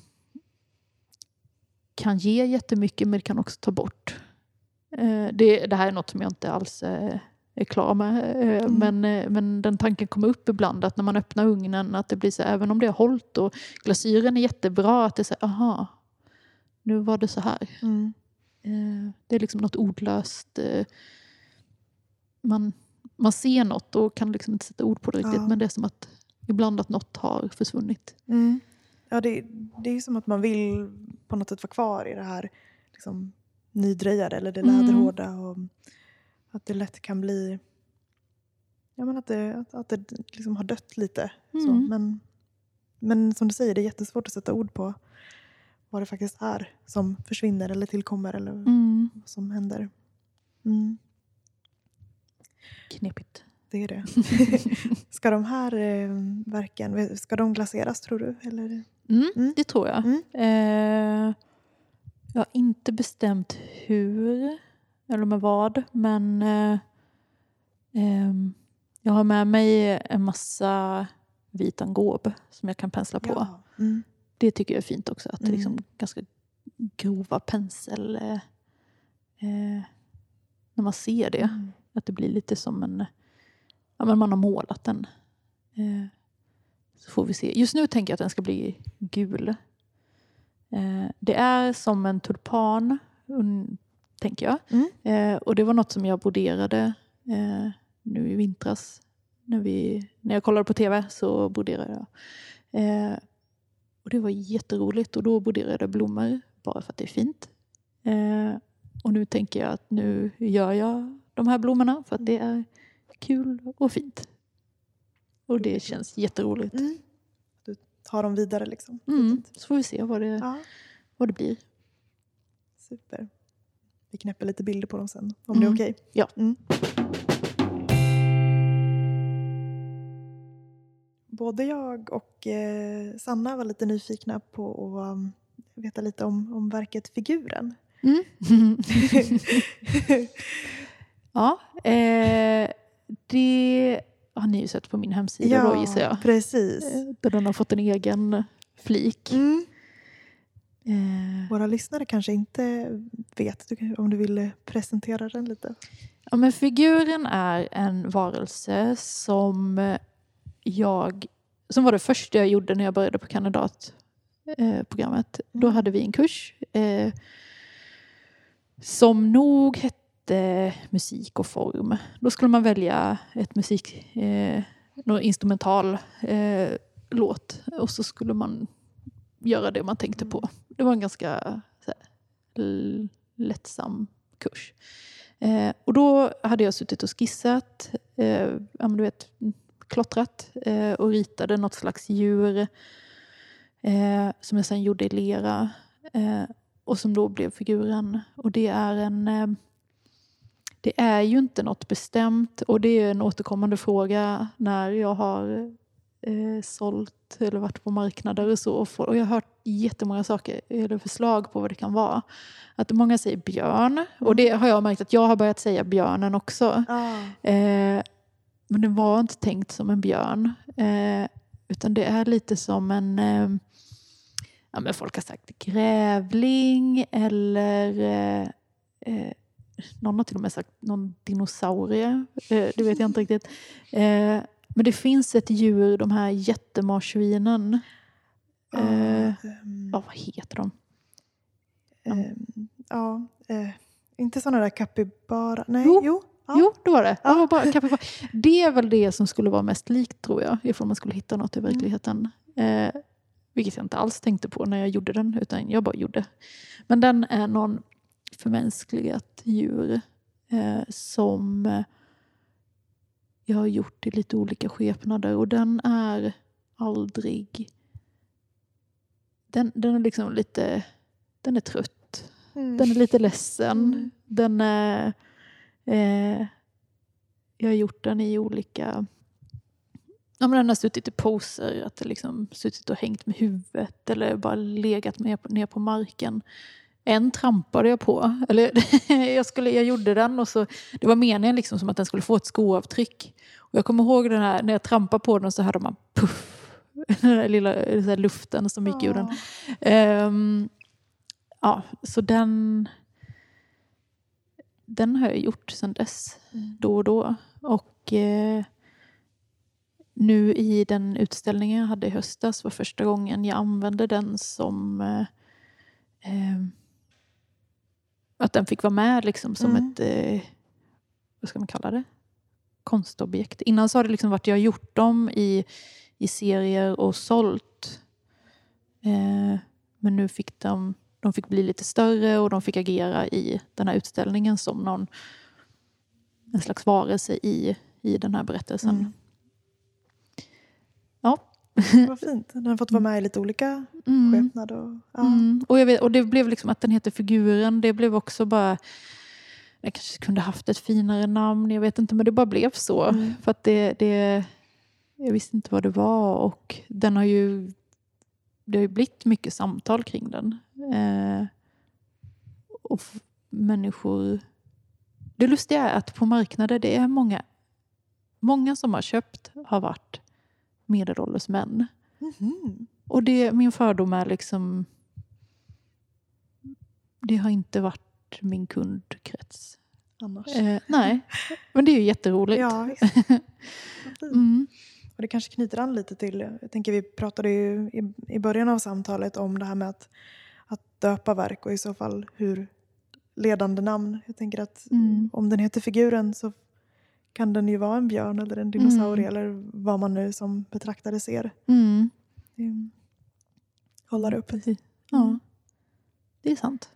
kan ge jättemycket, men det kan också ta bort. Eh, det, det här är något som jag inte alls eh, är klar med. Eh, mm. men, eh, men den tanken kommer upp ibland att när man öppnar ugnen att det blir så, även om det har hållit och glasyren är jättebra, att det är så, aha, nu var det så här. Mm. Eh, det är liksom något ordlöst. Eh, man, man ser något och kan liksom inte sätta ord på det riktigt, ja. Men det är som att ibland att något har försvunnit. Mm. Ja, det, det är som att man vill på något sätt vara kvar i det här liksom, nydrejade eller det Mm. läderhårda. Och att det lätt kan bli... Ja, men att det, att, att det liksom har dött lite. Mm. Så, men, men som du säger, det är jättesvårt att sätta ord på vad det faktiskt är som försvinner eller tillkommer eller Mm. vad som händer. Mm. Knepigt. Det är det. Ska de här eh, verken, ska de glaseras tror du? Eller? Mm, Mm. det tror jag. Mm. Eh, jag har inte bestämt hur eller med vad, men eh, eh, jag har med mig en massa vit angåb som jag kan pensla på. Ja. Mm. Det tycker jag är fint också, att det är liksom Mm. ganska grova pensel eh, eh, när man ser det. Mm. Att det blir lite som en... Ja, men man har målat den. Eh, så får vi se. Just nu tänker jag att den ska bli gul. Eh, det är som en tulpan, un, tänker jag. Mm. Eh, och det var något som jag broderade eh, nu i vintras. När, vi, när jag kollade på tv så broderade jag. Eh, och det var jätteroligt. Och då broderade jag blommor bara för att det är fint. Eh, och nu tänker jag att nu gör jag de här blommorna för att det är kul och fint. Och det känns jätteroligt. Mm. Du tar dem vidare liksom. Mm. Så får vi se vad det, Ja. vad det blir. Super. Vi knäpper lite bilder på dem sen. Om Mm. det är okej. Ja. Mm. Både jag och eh, Sanna var lite nyfikna på att um, veta lite om, om verket Figuren. Mm. ja, eh, det har ni ju sett på min hemsida då, gissar jag. Precis. Eh, Där den har fått en egen flik. Mm. Eh, Våra lyssnare kanske inte vet, du, om du vill presentera den lite. ja, men Figuren är en varelse som jag, som var det första jag gjorde när jag började på kandidatprogrammet. Mm. Då hade vi en kurs eh, som nog hette musik och form. Då skulle man välja ett musik, eh, någon instrumental eh, låt, och så skulle man göra det man tänkte på. Det var en ganska så här, l- lättsam kurs. Eh, och då hade jag suttit och skissat, eh, ja, men du vet, klottrat eh, och ritade något slags djur eh, som jag sen gjorde i lera eh, och som då blev Figuren. Och det är en eh, det är ju inte något bestämt, och det är en återkommande fråga när jag har eh, sålt eller varit på marknader och så, och, får, och jag har hört jättemånga saker eller förslag på vad det kan vara. Att många säger björn, mm. och det har jag märkt att jag har börjat säga björnen också. Ah. Eh, men det var inte tänkt som en björn. Eh, utan det är lite som en... Eh, ja, men folk har sagt grävling eller... Eh, eh, någon har till och med sagt någon dinosaurie. Eh, det vet jag inte riktigt. Eh, men det finns ett djur, de här jättemarsvinen. Eh, Ah, um, ja, vad heter de? um, ja, eh, inte sådana där kapibara. Nej, Jo. jo. Ja. Jo, det var det. Ja. Det, var bara, kapibara. Det är väl det som skulle vara mest likt, tror jag. Ifall man skulle hitta något i verkligheten. Eh, vilket jag inte alls tänkte på när jag gjorde den. Utan jag bara gjorde. Men den är någon förmänskligat djur. Eh, som eh, jag har gjort i lite olika skepnader. Och den är aldrig... Den, den är liksom lite... Den är trött. Mm. Den är lite ledsen. Mm. Den är... Eh, jag har gjort den i olika... Ja, men den har suttit i poser. Att det liksom suttit och hängt med huvudet. Eller bara legat ner på, ner på marken. En trampade jag på. Eller, jag, skulle, jag gjorde den och så... Det var meningen liksom som att den skulle få ett skoavtryck. Och jag kommer ihåg den här... När jag trampade på den så hörde man puff. Den där lilla så här luften som gick ur den. Um, ja, så den... Den har jag gjort sedan dess, Mm. då och då. Och eh, nu i den utställningen jag hade i höstas var första gången jag använde den som... Eh, eh, att den fick vara med liksom som Mm. ett... Eh, vad ska man kalla det? Konstobjekt. Innan så har det liksom varit jag har gjort dem i, i serier och sålt. Eh, men nu fick de... de fick bli lite större och de fick agera i den här utställningen som någon, en slags varelse i, i den här berättelsen. Mm. Ja. Vad fint. Den har fått vara med i lite olika Mm. skepnad. Och, ja. Mm. Och, jag vet, och det blev liksom att den heter Figuren. Det blev också bara... Jag kanske kunde haft ett finare namn. Jag vet inte, men det bara blev så. Mm. För att det, det... Jag visste inte vad det var. Och den har ju... Det har ju blivit mycket samtal kring den. Eh, och f- människor... Det lustiga är att på marknaden det är många... Många som har köpt har varit medelålders män. Mhm. Och det, min fördom är liksom... Det har inte varit min kundkrets. Annars. Eh, nej, men det är ju jätteroligt. Ja, visst. Vad fint. Mm. Och det kanske knyter an lite till, jag tänker vi pratade ju i, i början av samtalet om det här med att, att döpa verk och i så fall hur ledande namn. Jag tänker att Mm. om den heter Figuren så kan den ju vara en björn eller en dinosaurie Mm. eller vad man nu som betraktare ser. Mm. Det håller upp. Precis. Ja, det är sant.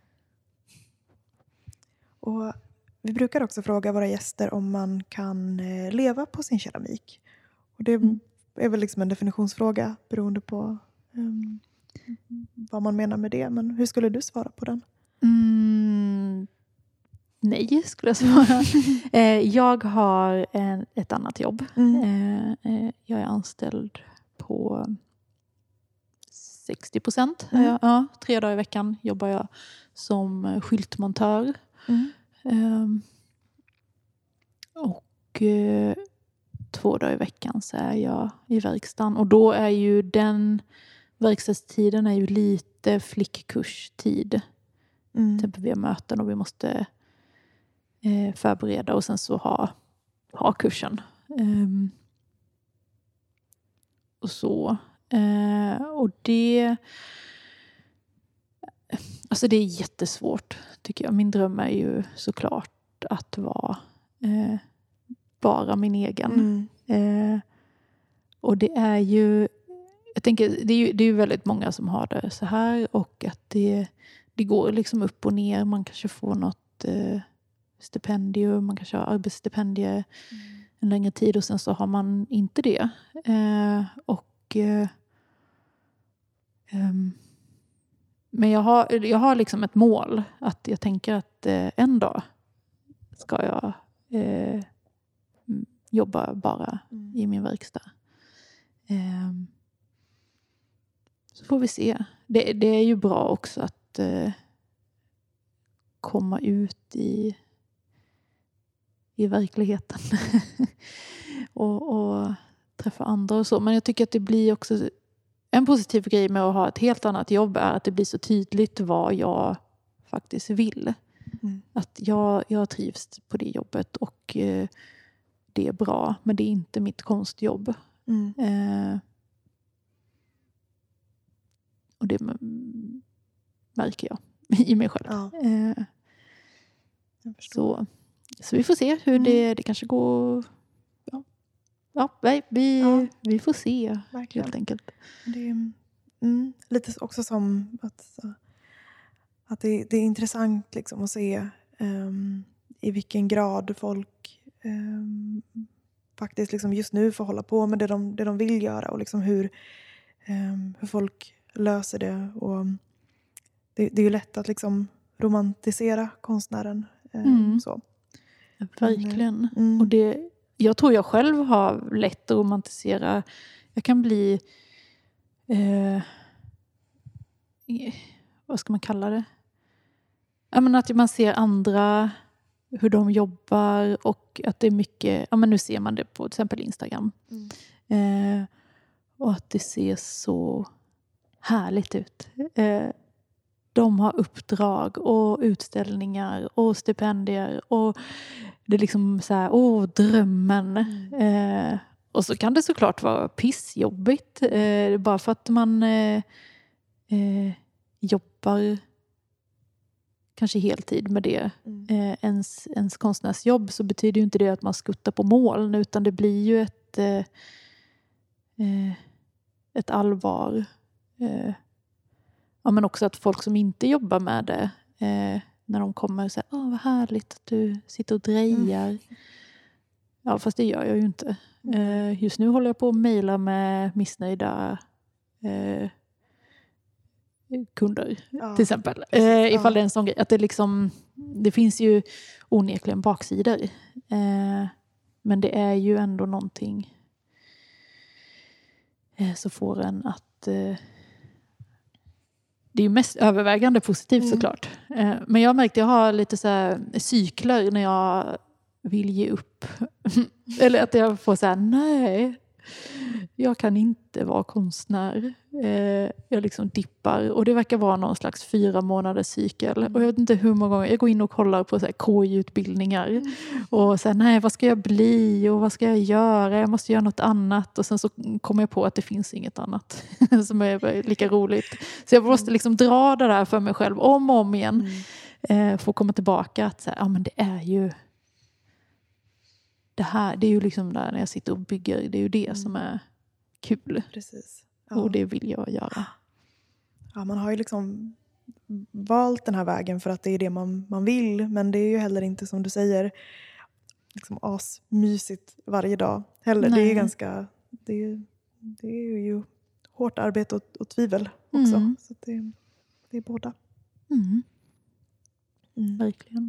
Och vi brukar också fråga våra gäster om man kan eh, leva på sin keramik. Och det Mm. är väl liksom en definitionsfråga beroende på um, vad man menar med det. Men hur skulle du svara på den? Mm. Nej, skulle jag svara. eh, jag har en, ett annat jobb. Mm. Eh, eh, jag är anställd på sextio procent. Mm. Ja, tre dagar i veckan jobbar jag som skyltmontör. Mm. Um, och uh, två dagar i veckan så är jag i verkstaden. Och då är ju den verkstadstiden är ju lite flickkurstid. Mm. Till exempel vi har möten och vi måste eh, förbereda och sen så ha, ha kursen. Um, och så. Uh, och det... Alltså det är jättesvårt tycker jag. Min dröm är ju såklart att vara eh, bara min egen. Mm. Eh, och det är ju, jag tänker, det är ju, det är ju väldigt många som har det så här och att det, det går liksom upp och ner. Man kanske får något eh, stipendium, man kanske har arbetsstipendie mm. en längre tid och sen så har man inte det. Eh, och eh, um, Men jag har, jag har liksom ett mål. Att jag tänker att eh, en dag ska jag eh, jobba bara Mm. i min verkstad. Eh, så får vi se. Det, det är ju bra också att eh, komma ut i, i verkligheten. och, och träffa andra och så. Men jag tycker att det blir också... En positiv grej med att ha ett helt annat jobb är att det blir så tydligt vad jag faktiskt vill. Mm. Att jag, jag trivs på det jobbet och eh, det är bra. Men det är inte mitt konstjobb. Mm. Eh, och det m- märker jag i mig själv. Ja, Eh, jag förstår. så, så vi får se hur Mm. det, det kanske går... Ja, ja nej, vi, Ja. vi får se Verkligen. helt enkelt. Det är mm, lite också som att, att det, det är intressant liksom att se um, i vilken grad folk um, faktiskt liksom just nu får hålla på med det de, det de vill göra och liksom hur, um, hur folk löser det. Och det, det är ju lätt att liksom romantisera konstnären. Um, Mm. så. Verkligen. Mm. Och det, jag tror jag själv har lätt att romantisera. Jag kan bli... Eh, vad ska man kalla det? Jag menar att man ser andra, hur de jobbar och att det är mycket... Ja, men nu ser man det på till exempel Instagram. Mm. Eh, och att det ser så härligt ut. Eh, de har uppdrag och utställningar och stipendier och det är liksom så här, åh, drömmen. Mm. Eh, och så kan det såklart vara pissjobbigt. Eh, bara för att man eh, eh, jobbar kanske heltid med det. Mm. Eh, ens, ens konstnärsjobb så betyder ju inte det att man skuttar på moln utan det blir ju ett, eh, eh, ett allvar. Eh, ja, men också att folk som inte jobbar med det, eh, när de kommer och säger, åh vad härligt att du sitter och drejar. Mm. Ja, fast det gör jag ju inte. Eh, just nu håller jag på att mejla med missnöjda eh, kunder, ja, till exempel. Precis, eh, ifall ja. Det är en sån grej. Att det, liksom, det finns ju onekligen baksidor. Eh, men det är ju ändå någonting eh, så får en att... Eh, det är ju mest övervägande positivt mm. såklart. Eh, men jag har märkt att jag har lite så här cykler när jag vill ge upp. Eller att jag får säga nej. Jag kan inte vara konstnär. Eh, jag liksom dippar. Och det verkar vara någon slags fyra månaders cykel. Mm. Och jag vet inte hur många gånger. Jag går in och kollar på så här K I-utbildningar. Mm. Och säger nej, vad ska jag bli? Och vad ska jag göra? Jag måste göra något annat. Och sen så kommer jag på att det finns inget annat. som är lika roligt. Så jag måste liksom dra det där för mig själv om och om igen. Mm. Eh, för att komma tillbaka. Att så här, ja, men det är ju... Det här, det är ju liksom där när jag sitter och bygger, det är ju det mm. som är kul. Precis. Ja. Och det vill jag göra. Ja, man har ju liksom valt den här vägen för att det är det man, man vill. Men det är ju heller inte, som du säger, liksom asmysigt varje dag heller. Nej. Det är ju ganska, det är, det är ju hårt arbete och, och tvivel också. Mm. Så det, det är båda. Mm. Mm. Verkligen.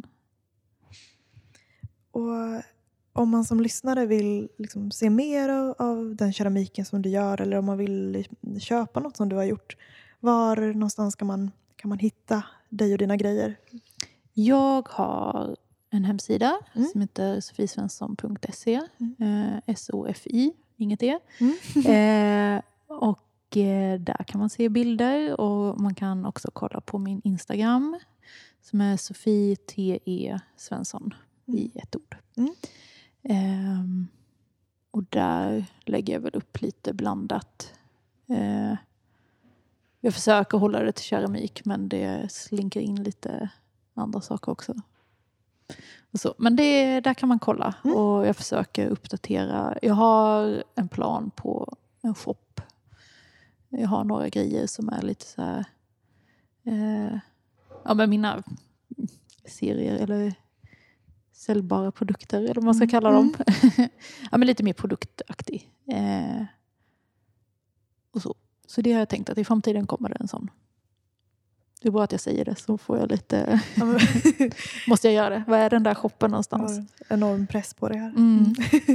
Och om man som lyssnare vill liksom se mer av, av den keramiken som du gör, eller om man vill köpa något som du har gjort, var någonstans kan man, kan man hitta dig och dina grejer? Jag har en hemsida mm. som heter sofiesvensson punkt se. Mm. eh, S O F I, inget E. Mm. eh, och eh, där kan man se bilder, och man kan också kolla på min Instagram som är Sofie T E Svensson mm. i ett ord. Mm. Um, och där lägger jag väl upp lite blandat. Uh, jag försöker hålla det till keramik, men det slinker in lite andra saker också. Och så. Men det, där kan man kolla. Mm. Och jag försöker uppdatera. Jag har en plan på en shop. Jag har några grejer som är lite så här... Uh, ja, men mina serier eller... säljbara produkter, eller vad man ska kalla dem. Mm. Ja, men lite mer produktaktig. Eh, och så. Så det har jag tänkt att i framtiden kommer det en sån. Det är bra att jag säger det, så får jag lite... Måste jag göra det? Vad är den där shoppen någonstans? Enorm press på det här. Mm.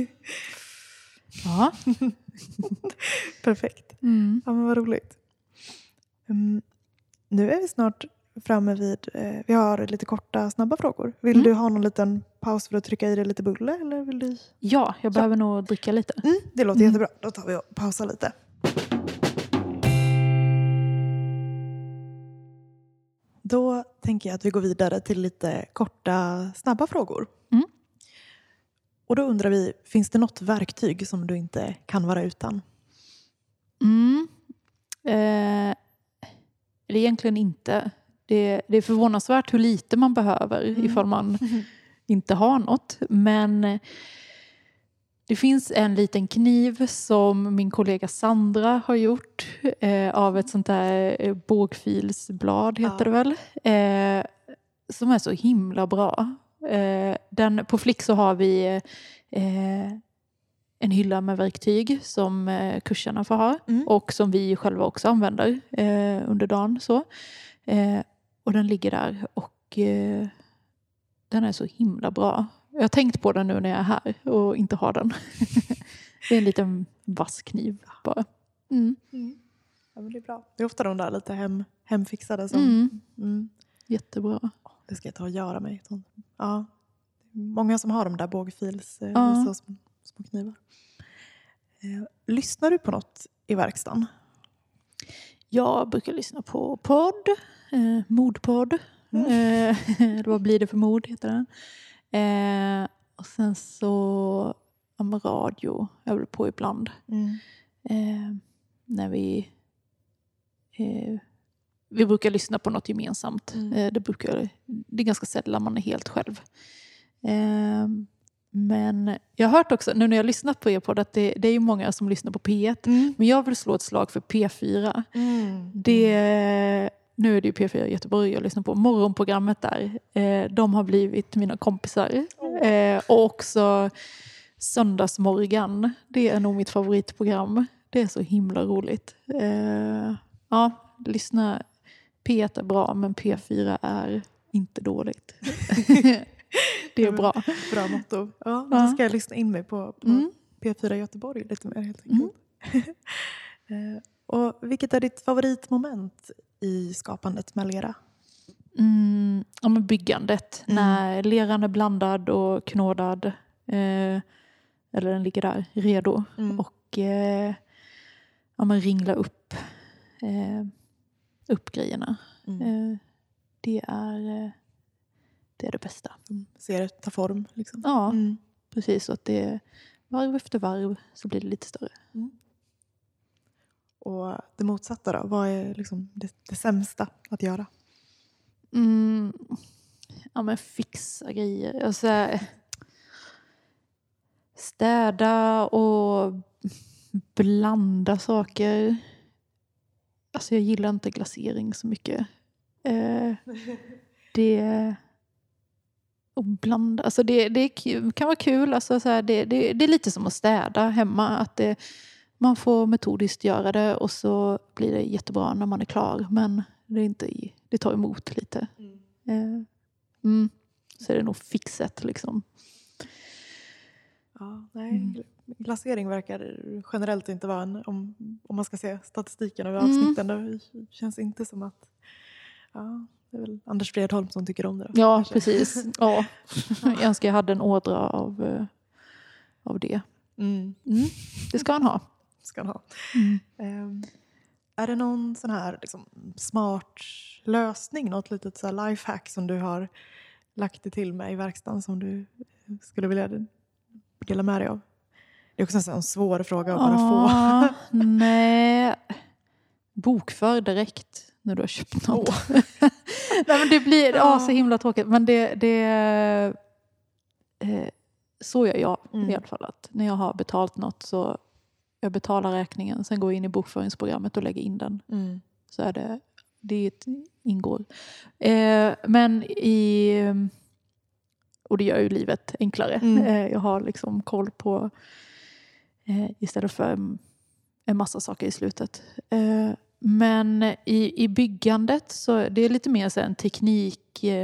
Ja. Perfekt. Mm. Ja, men vad roligt. Um, nu är vi snart framme vid, eh, vi har lite korta, snabba frågor. Vill mm. du ha någon liten paus för att trycka i dig lite bulle? Eller vill du... Ja, jag behöver ja. nog dricka lite. Mm, det låter mm. jättebra. Då tar vi och pausar lite. Då tänker jag att vi går vidare till lite korta, snabba frågor. Mm. Och då undrar vi, finns det något verktyg som du inte kan vara utan? Mm. Eh, eller egentligen inte. Det, det är förvånansvärt hur lite man behöver mm. ifall man mm. inte har något. Men det finns en liten kniv som min kollega Sandra har gjort eh, av ett sånt där bågfilsblad heter ja. det väl. Eh, som är så himla bra. Eh, den, på Flick så har vi eh, en hylla med verktyg som eh, kurserna får ha. Mm. Och som vi själva också använder eh, under dagen. Så. Eh, och den ligger där och eh, den är så himla bra. Jag har tänkt på den nu när jag är här och inte har den. Det är en liten vass kniv bara. Mm. Mm. Ja, men det är bra. Det är ofta de där lite hem, hemfixade som... Mm. Mm. Jättebra. Det ska jag ta och göra mig. Ja. Många som har de där bågfils ja. så små, små knivar. Eh, lyssnar du på något i verkstaden? Jag brukar lyssna på podd. Eh, modpodd. Mm. Eh, vad blir det för mod heter den. Eh, och sen så om radio. Jag blir på ibland. Mm. Eh, när vi eh, vi brukar lyssna på något gemensamt. Mm. Eh, det, brukar, det är ganska sällan man är helt själv. Eh, men jag har hört också, nu när jag har lyssnat på er podd, att det, det är ju många som lyssnar på P ett. Mm. Men jag vill slå ett slag för P fyra. Mm. Det, nu är det ju P fyra Göteborg jag lyssnar på. Morgonprogrammet där. Eh, de har blivit mina kompisar. Eh, och också Söndagsmorgon. Det är nog mitt favoritprogram. Det är så himla roligt. Eh, ja, lyssna. P ett är bra, men P fyra är inte dåligt. Det är bra. Bra motto. Ja, Ja. då ska jag lyssna in mig på, på Mm. P fyra Göteborg lite mer helt enkelt. Mm. eh, och vilket är ditt favoritmoment i skapandet med lera? Mm, ja, men byggandet. Mm. När leran är blandad och knådad. Eh, eller den ligger där redo. Mm. Och eh, ja, man ringlar upp, eh, upp grejerna. Mm. Eh, det, är, eh, det är det bästa. Ser det ta form liksom. Ja, Mm. precis. Så att det är varv efter varv så blir det lite större. Mm. Och det motsatta då? Vad är liksom det, det sämsta att göra? Mm, ja, men fixa grejer. Alltså, städa och blanda saker. Alltså jag gillar inte glasering så mycket. Eh, det och blanda. Alltså det, det är kul, kan vara kul. Alltså så här, det, det, det är lite som att städa hemma. Att det, man får metodiskt göra det och så blir det jättebra när man är klar. Men det, är inte, det tar emot lite. Mm. Eh, mm, så är det nog fixet liksom. Ja, nej. Mm. Glasering verkar generellt inte vara en, om, om man ska se statistiken över Mm. avsnitten. Det känns inte som att, ja, det är väl Anders Fredholm som tycker om det då, Ja, kanske. precis. Ja. Jag önskar jag hade en ådra av, eh, av det. Mm, Mm, det ska han ha. ska han ha. Mm. Ehm, är det någon sån här liksom, smart lösning, något litet så här lifehack som du har lagt det till med i verkstaden som du skulle vilja dela med dig av? Det är också en sån svår fråga att bara Ah, få. Nej. Bokför direkt när du har köpt något. Åh. Nej, men det blir ja, Ja. så himla tråkigt. Men det, det eh, så gör jag Mm. i alla fall. Att när jag har betalt något så jag betalar räkningen. Sen går jag in i bokföringsprogrammet och lägger in den. Mm. Så är det, det ingår. Eh, men i... Och det gör ju livet enklare. Mm. Eh, jag har liksom koll på... Eh, istället för en massa saker i slutet. Eh, men i, i byggandet så det är lite mer så en teknikgrej.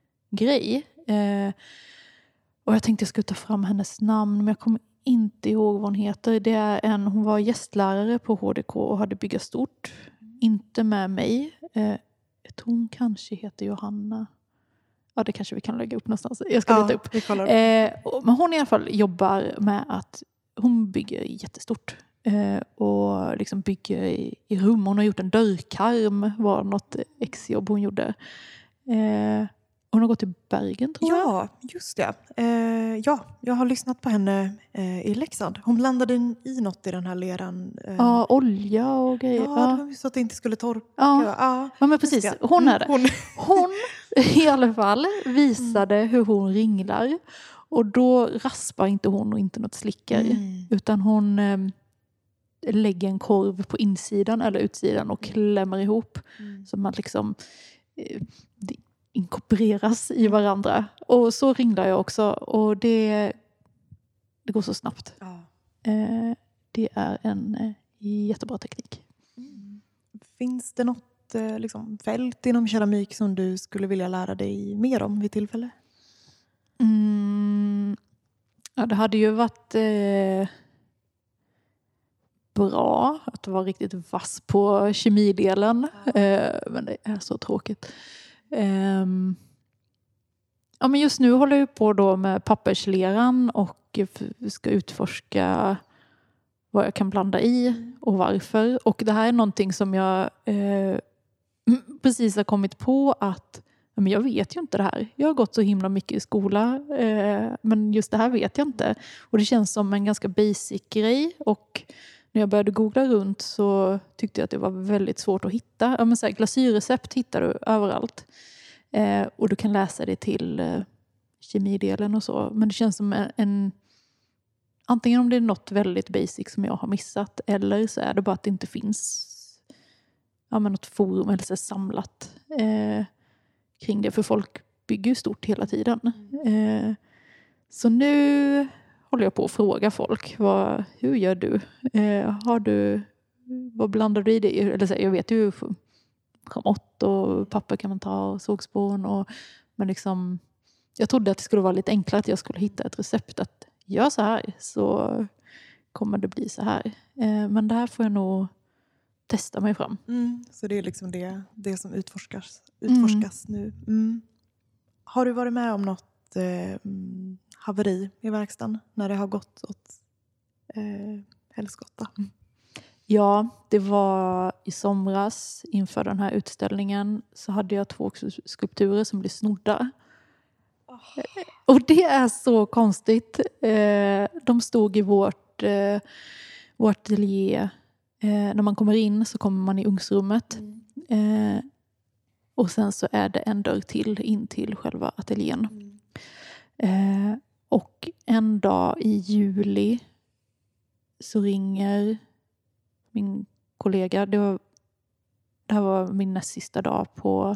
Eh, eh, och jag tänkte jag skulle ta fram hennes namn. Men jag kommer inte ihåg vad hon heter. Det är en, hon var gästlärare på H D K och hade bygga stort. Inte med mig. Eh, jag tror hon kanske heter Johanna. Ja, det kanske vi kan lägga upp någonstans. Jag ska Ja, leta upp. vi kollar. Eh, och, men hon i alla fall jobbar med att hon bygger jättestort. Eh, och liksom bygger i, i rum. Hon har gjort en dörrkarm. Var något exjobb hon gjorde. Eh, hon har gått till Bergen tror jag. Ja, just det. Eh, ja, jag har lyssnat på henne eh, i Leksand. Hon blandade in i något i den här leran. Eh, Ja, olja och grejer. ja, Ja, det var ju så att det inte skulle torka. ja. Ja, ja men just precis. det. Hon är det. Hon. Hon i alla fall visade hur hon ringlar. Och då raspar inte hon och inte något slickar. Mm. Utan hon eh, lägger en korv på insidan eller utsidan och klämmer ihop. Mm. Så man liksom eh, det inkorporeras i varandra. Och så ringlar jag också. Och det, det går så snabbt. Ja. Eh, det är en eh, jättebra teknik. Mm. Finns det något eh, liksom, fält inom keramik som du skulle vilja lära dig mer om vid tillfälle? Mm, ja, det hade ju varit eh, bra att vara riktigt vass på kemidelen. Eh, men det är så tråkigt. Eh, ja, men just nu håller jag på då med pappersleran och ska utforska vad jag kan blanda i och varför. Och det här är någonting som jag eh, precis har kommit på att men jag vet ju inte det här. Jag har gått så himla mycket i skola. Eh, men just det här vet jag inte. Och det känns som en ganska basic grej. Och när jag började googla runt så tyckte jag att det var väldigt svårt att hitta. Ja, men så här, glasyrrecept hittar du överallt. Eh, och du kan läsa det till eh, kemidelen och så. Men det känns som en, en... Antingen om det är något väldigt basic som jag har missat. Eller så är det bara att det inte finns ja, men något forum eller så samlat eh, kring det. För folk bygger ju stort hela tiden. Eh, så nu håller jag på att fråga folk. Vad, hur gör du? Eh, har du... Vad blandar du i det? Eller så, jag vet ju chamott och papper kan man ta och sågspån. Och, men liksom, jag trodde att det skulle vara lite enklare att jag skulle hitta ett recept. Att gör så här så kommer det bli så här. Eh, men det här får jag nog testa mig fram. Mm. Så det är liksom det, det som utforskas, utforskas mm. nu. Mm. Har du varit med om något eh, haveri i verkstaden när det har gått åt eh, helskotta? Mm. Ja, det var i somras inför den här utställningen så hade jag två skulpturer som blev snodda. Oh. Och det är så konstigt. De stod i vårt, vårt ateljé. När man kommer in så kommer man i ugnsrummet. Mm. Och sen så är det en dörr till in till själva ateljén. Mm. Och en dag i juli så ringer min kollega, det, var, det här var min näst sista dag på,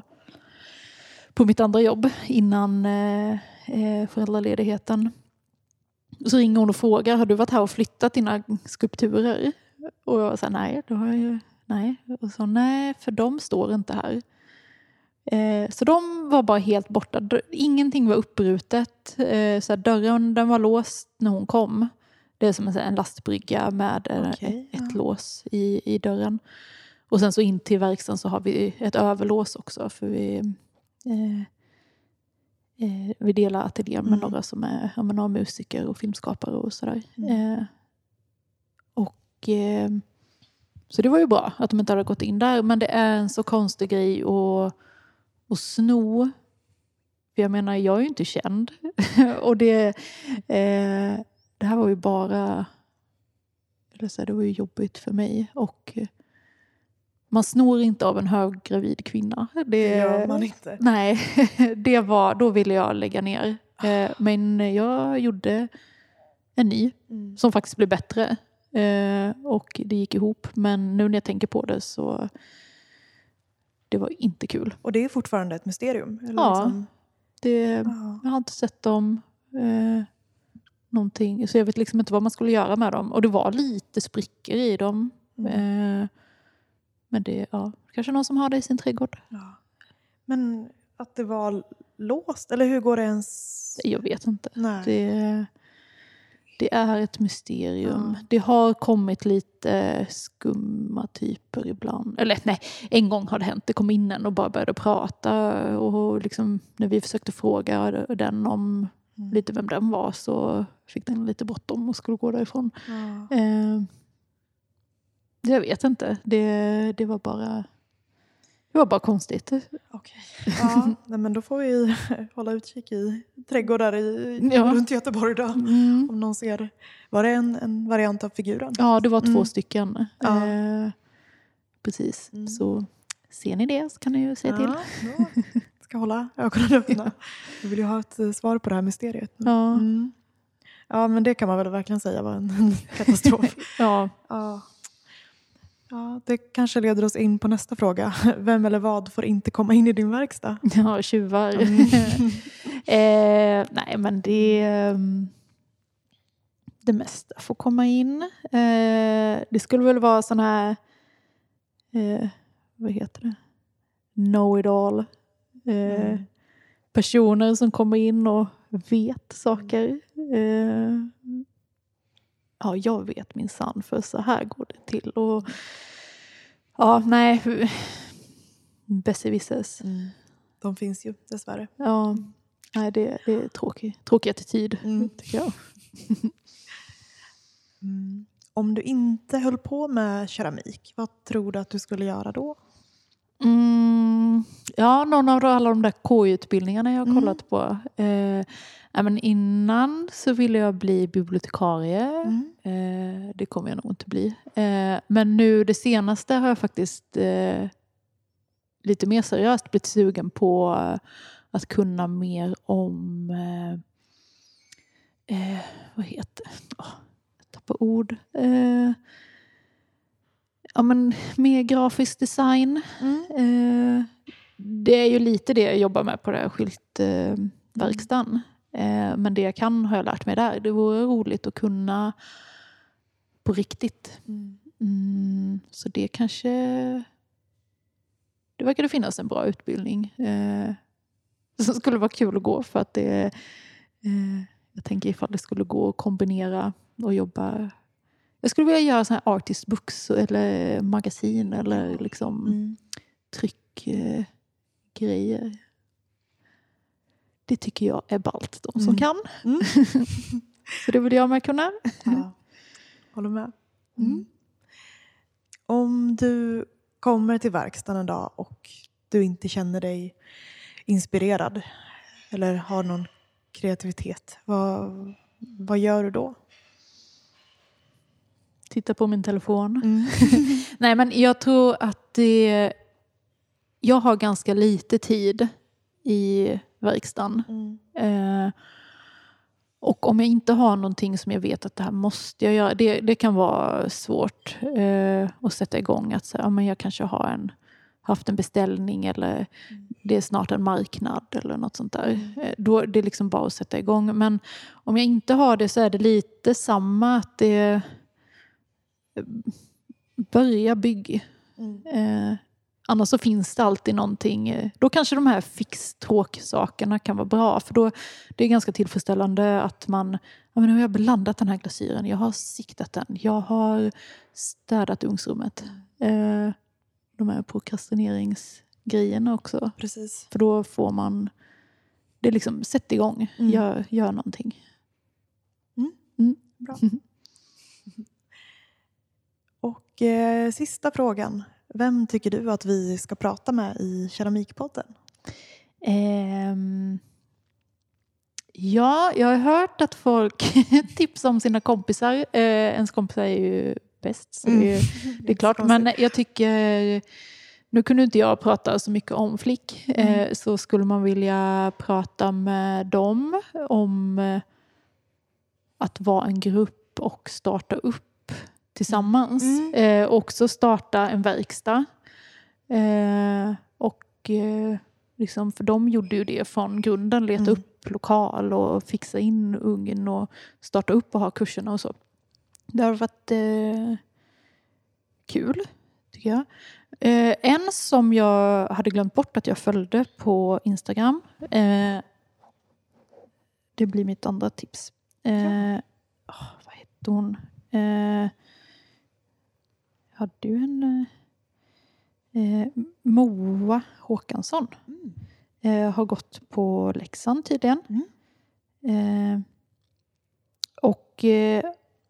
på mitt andra jobb innan eh, föräldraledigheten. Så ringer hon och frågar, har du varit här och flyttat dina skulpturer? Och jag sa nej, det har jag ju, nej. Och så nej, för de står inte här. Eh, så de var bara helt borta. Ingenting var uppbrutet. Eh, så här, dörren den var låst när hon kom. Det är som en lastbrygga med okay, ett ja. lås i, i dörren. Och sen så in till verkstaden så har vi ett överlås också. För vi, eh, eh, vi delar ateljén med mm. några som är ja, några musiker och filmskapare och sådär. Mm. Eh, och eh, så det var ju bra att de inte hade gått in där. Men det är en så konstig grej att, att sno. För jag menar, jag är ju inte känd. och det... Eh, Det här var ju bara, eller så här, det var ju jobbigt för mig. Och man snor inte av en höggravid kvinna. Det, det gör man inte. Nej, det var, då ville jag lägga ner. Men jag gjorde en ny mm. som faktiskt blev bättre. Och det gick ihop. Men nu när jag tänker på det så det var inte kul. Och det är fortfarande ett mysterium? Eller ja, liksom... det, jag har inte sett dem... någonting. Så jag vet liksom inte vad man skulle göra med dem. Och det var lite sprickor i dem. Mm. Eh, men det, ja, kanske någon som har det i sin trädgård. Ja. Men att det var låst? Eller hur går det ens? Jag vet inte. Nej. Det, det är ett mysterium. Ja. Det har kommit lite skumma typer ibland. Eller nej, en gång har det hänt. Det kom in en och bara började prata. Och liksom, när vi försökte fråga den om Mm. lite vem den var så fick den lite bråttom och skulle gå därifrån. Ja. Eh, jag vet inte. Det, det var bara det var bara konstigt. Okay. Ja, nej, men då får vi hålla utkik i trädgårdar i, ja. runt Göteborg då. Mm. Om någon ser. Var det en, en variant av figuren? Ja, det var två mm. stycken. Ja. Eh, precis. Mm. Så ser ni det så kan ni ju se ja, till. Ja. Ska hålla ögonen öppna. Jag vill ju ha ett svar på det här mysteriet. Ja. Mm. Ja, men det kan man väl verkligen säga var en katastrof. ja. ja. Ja, det kanske leder oss in på nästa fråga. Vem eller vad får inte komma in i din verkstad? Ja, tjuvar. Mm. eh, nej, men det... Det mesta får komma in. Eh, det skulle väl vara sån här... Eh, vad heter det? Know it all. Eh, mm. Personer som kommer in och vet saker. Eh, ja, jag vet min sann för så här går det till. Och ja, nej. Besserwissers. Mm. De finns ju dessvärre. Ja, nej, det, det är tråkig, tråkig attityd mm. tycker jag. mm. Om du inte höll på med keramik, vad tror du att du skulle göra då? Mm, ja, någon av alla de där K I-utbildningarna jag har mm. kollat på. Eh, men innan så ville jag bli bibliotekarie. Mm. Eh, det kommer jag nog inte bli. Eh, men nu det senaste har jag faktiskt eh, lite mer seriöst blivit sugen på att kunna mer om eh, eh, vad heter det? Oh, jag tappar ord. Eh, ja, men mer grafisk design. Mm. Eh, det är ju lite det jag jobbar med på det här skyltverkstan. Eh, eh, men det jag kan har jag lärt mig där. Det vore roligt att kunna på riktigt. Mm. Mm, så det kanske... Det verkar det finnas en bra utbildning. Eh, som skulle vara kul att gå för att det... Eh, jag tänker ifall det skulle gå att kombinera och jobba... Jag skulle vilja göra sån här artist books eller magasin eller liksom Mm. tryckgrejer. Eh, det tycker jag är ballt, de som Mm. kan. Mm. Så det vill jag med kunna. Ja, håller med. Mm. Om du kommer till verkstaden en dag och du inte känner dig inspirerad eller har någon kreativitet, vad, vad gör du då? Titta på min telefon. Mm. Nej, men jag tror att det... Jag har ganska lite tid i verkstaden. Mm. Eh, och om jag inte har någonting som jag vet att det här måste jag göra. Det, det kan vara svårt eh, att sätta igång. Att säga, ja, men jag kanske har en, haft en beställning eller mm. det är snart en marknad eller något sånt där. Mm. Eh, då det är liksom bara att sätta igång. Men om jag inte har det så är det lite samma att det... Börja bygg. Mm. Eh, annars så finns det alltid någonting. Eh, då kanske de här fixtråk-sakerna kan vara bra. För då det är ganska tillfredsställande att man... Ja, men nu har jag blandat den här glasyren. Jag har siktat den. Jag har städat ugnsrummet. Eh, de här prokrastineringsgrejerna också. Precis. För då får man... Det är liksom, sätt igång. Mm. Gör, gör någonting. Mm. Mm. Bra. Och eh, sista frågan. Vem tycker du att vi ska prata med i Keramikpodden? Um, ja, jag har hört att folk tipsar om sina kompisar. Uh, ens kompisar är ju bäst, så mm. det, är, det är klart. Men jag tycker, nu kunde inte jag prata så mycket om Flick. Mm. Uh, så skulle man vilja prata med dem om uh, att vara en grupp och starta upp tillsammans. Mm. Eh, också starta en verkstad. Eh, och eh, liksom, för de gjorde ju det från grunden. Leta mm. upp lokal och fixa in ugn och starta upp och ha kurserna och så. Det har varit eh, kul, tycker jag. Eh, en som jag hade glömt bort att jag följde på Instagram. Eh, det blir mitt andra tips. Eh, ja. oh, vad heter hon? Eh, hade du en eh, Moa Håkansson mm. eh, har gått på Leksand tydligen. Mm. Eh, och eh,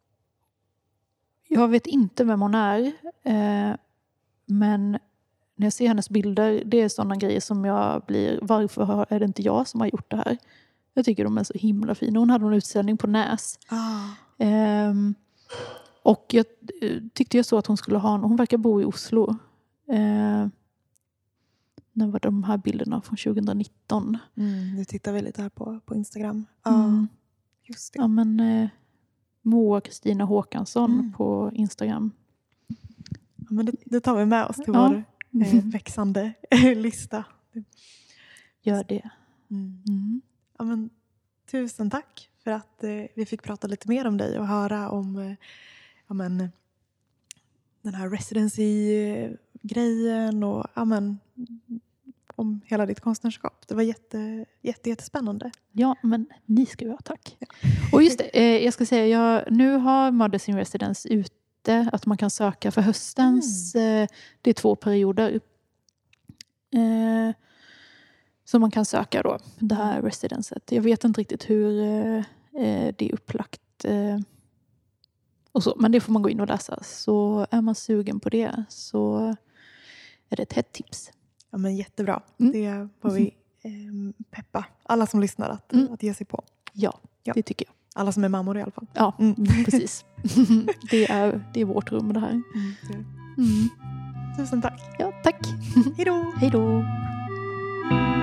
jag vet inte vem hon är. Eh, men när jag ser hennes bilder, det är sådana grejer som jag blir, varför är det inte jag som har gjort det här? Jag tycker de är så himla fina. Hon hade en utställning på Näs. Ah. Eh, Och jag tyckte jag så att hon skulle ha en, hon verkar bo i Oslo. Eh, när var de här bilderna från tjugonitton? Mm, nu tittar vi lite här på, på Instagram. Ja, mm. just det. Ja, men eh, Moa Kristina Håkansson mm. på Instagram. Ja, men det, det tar vi med oss till ja. vår eh, växande lista. Gör det. Mm. Mm. Ja, men, tusen tack för att eh, vi fick prata lite mer om dig och höra om eh, ja, men, den här residency-grejen och ja, men, om hela ditt konstnärskap. Det var jätte, jätte, jättespännande. Ja, men ni ska ju ha tack. Ja. Och just det, eh, jag ska säga, jag, nu har Mothers in Residence ute att man kan söka för höstens, mm. eh, det är två perioder. Eh, så man kan söka då, det här residenset. Jag vet inte riktigt hur eh, det är upplagt. Eh, och så, men det får man gå in och läsa. Så är man sugen på det så är det ett hett tips. Ja, men jättebra. Mm. Det får vi eh, peppa alla som lyssnar att, mm. att ge sig på. Ja, ja, det tycker jag. Alla som är mammor i alla fall. Ja, mm. precis. det, är, det är vårt rum det här. Mm. Mm. Tusen tack. Ja, tack. Hej då. Hej då.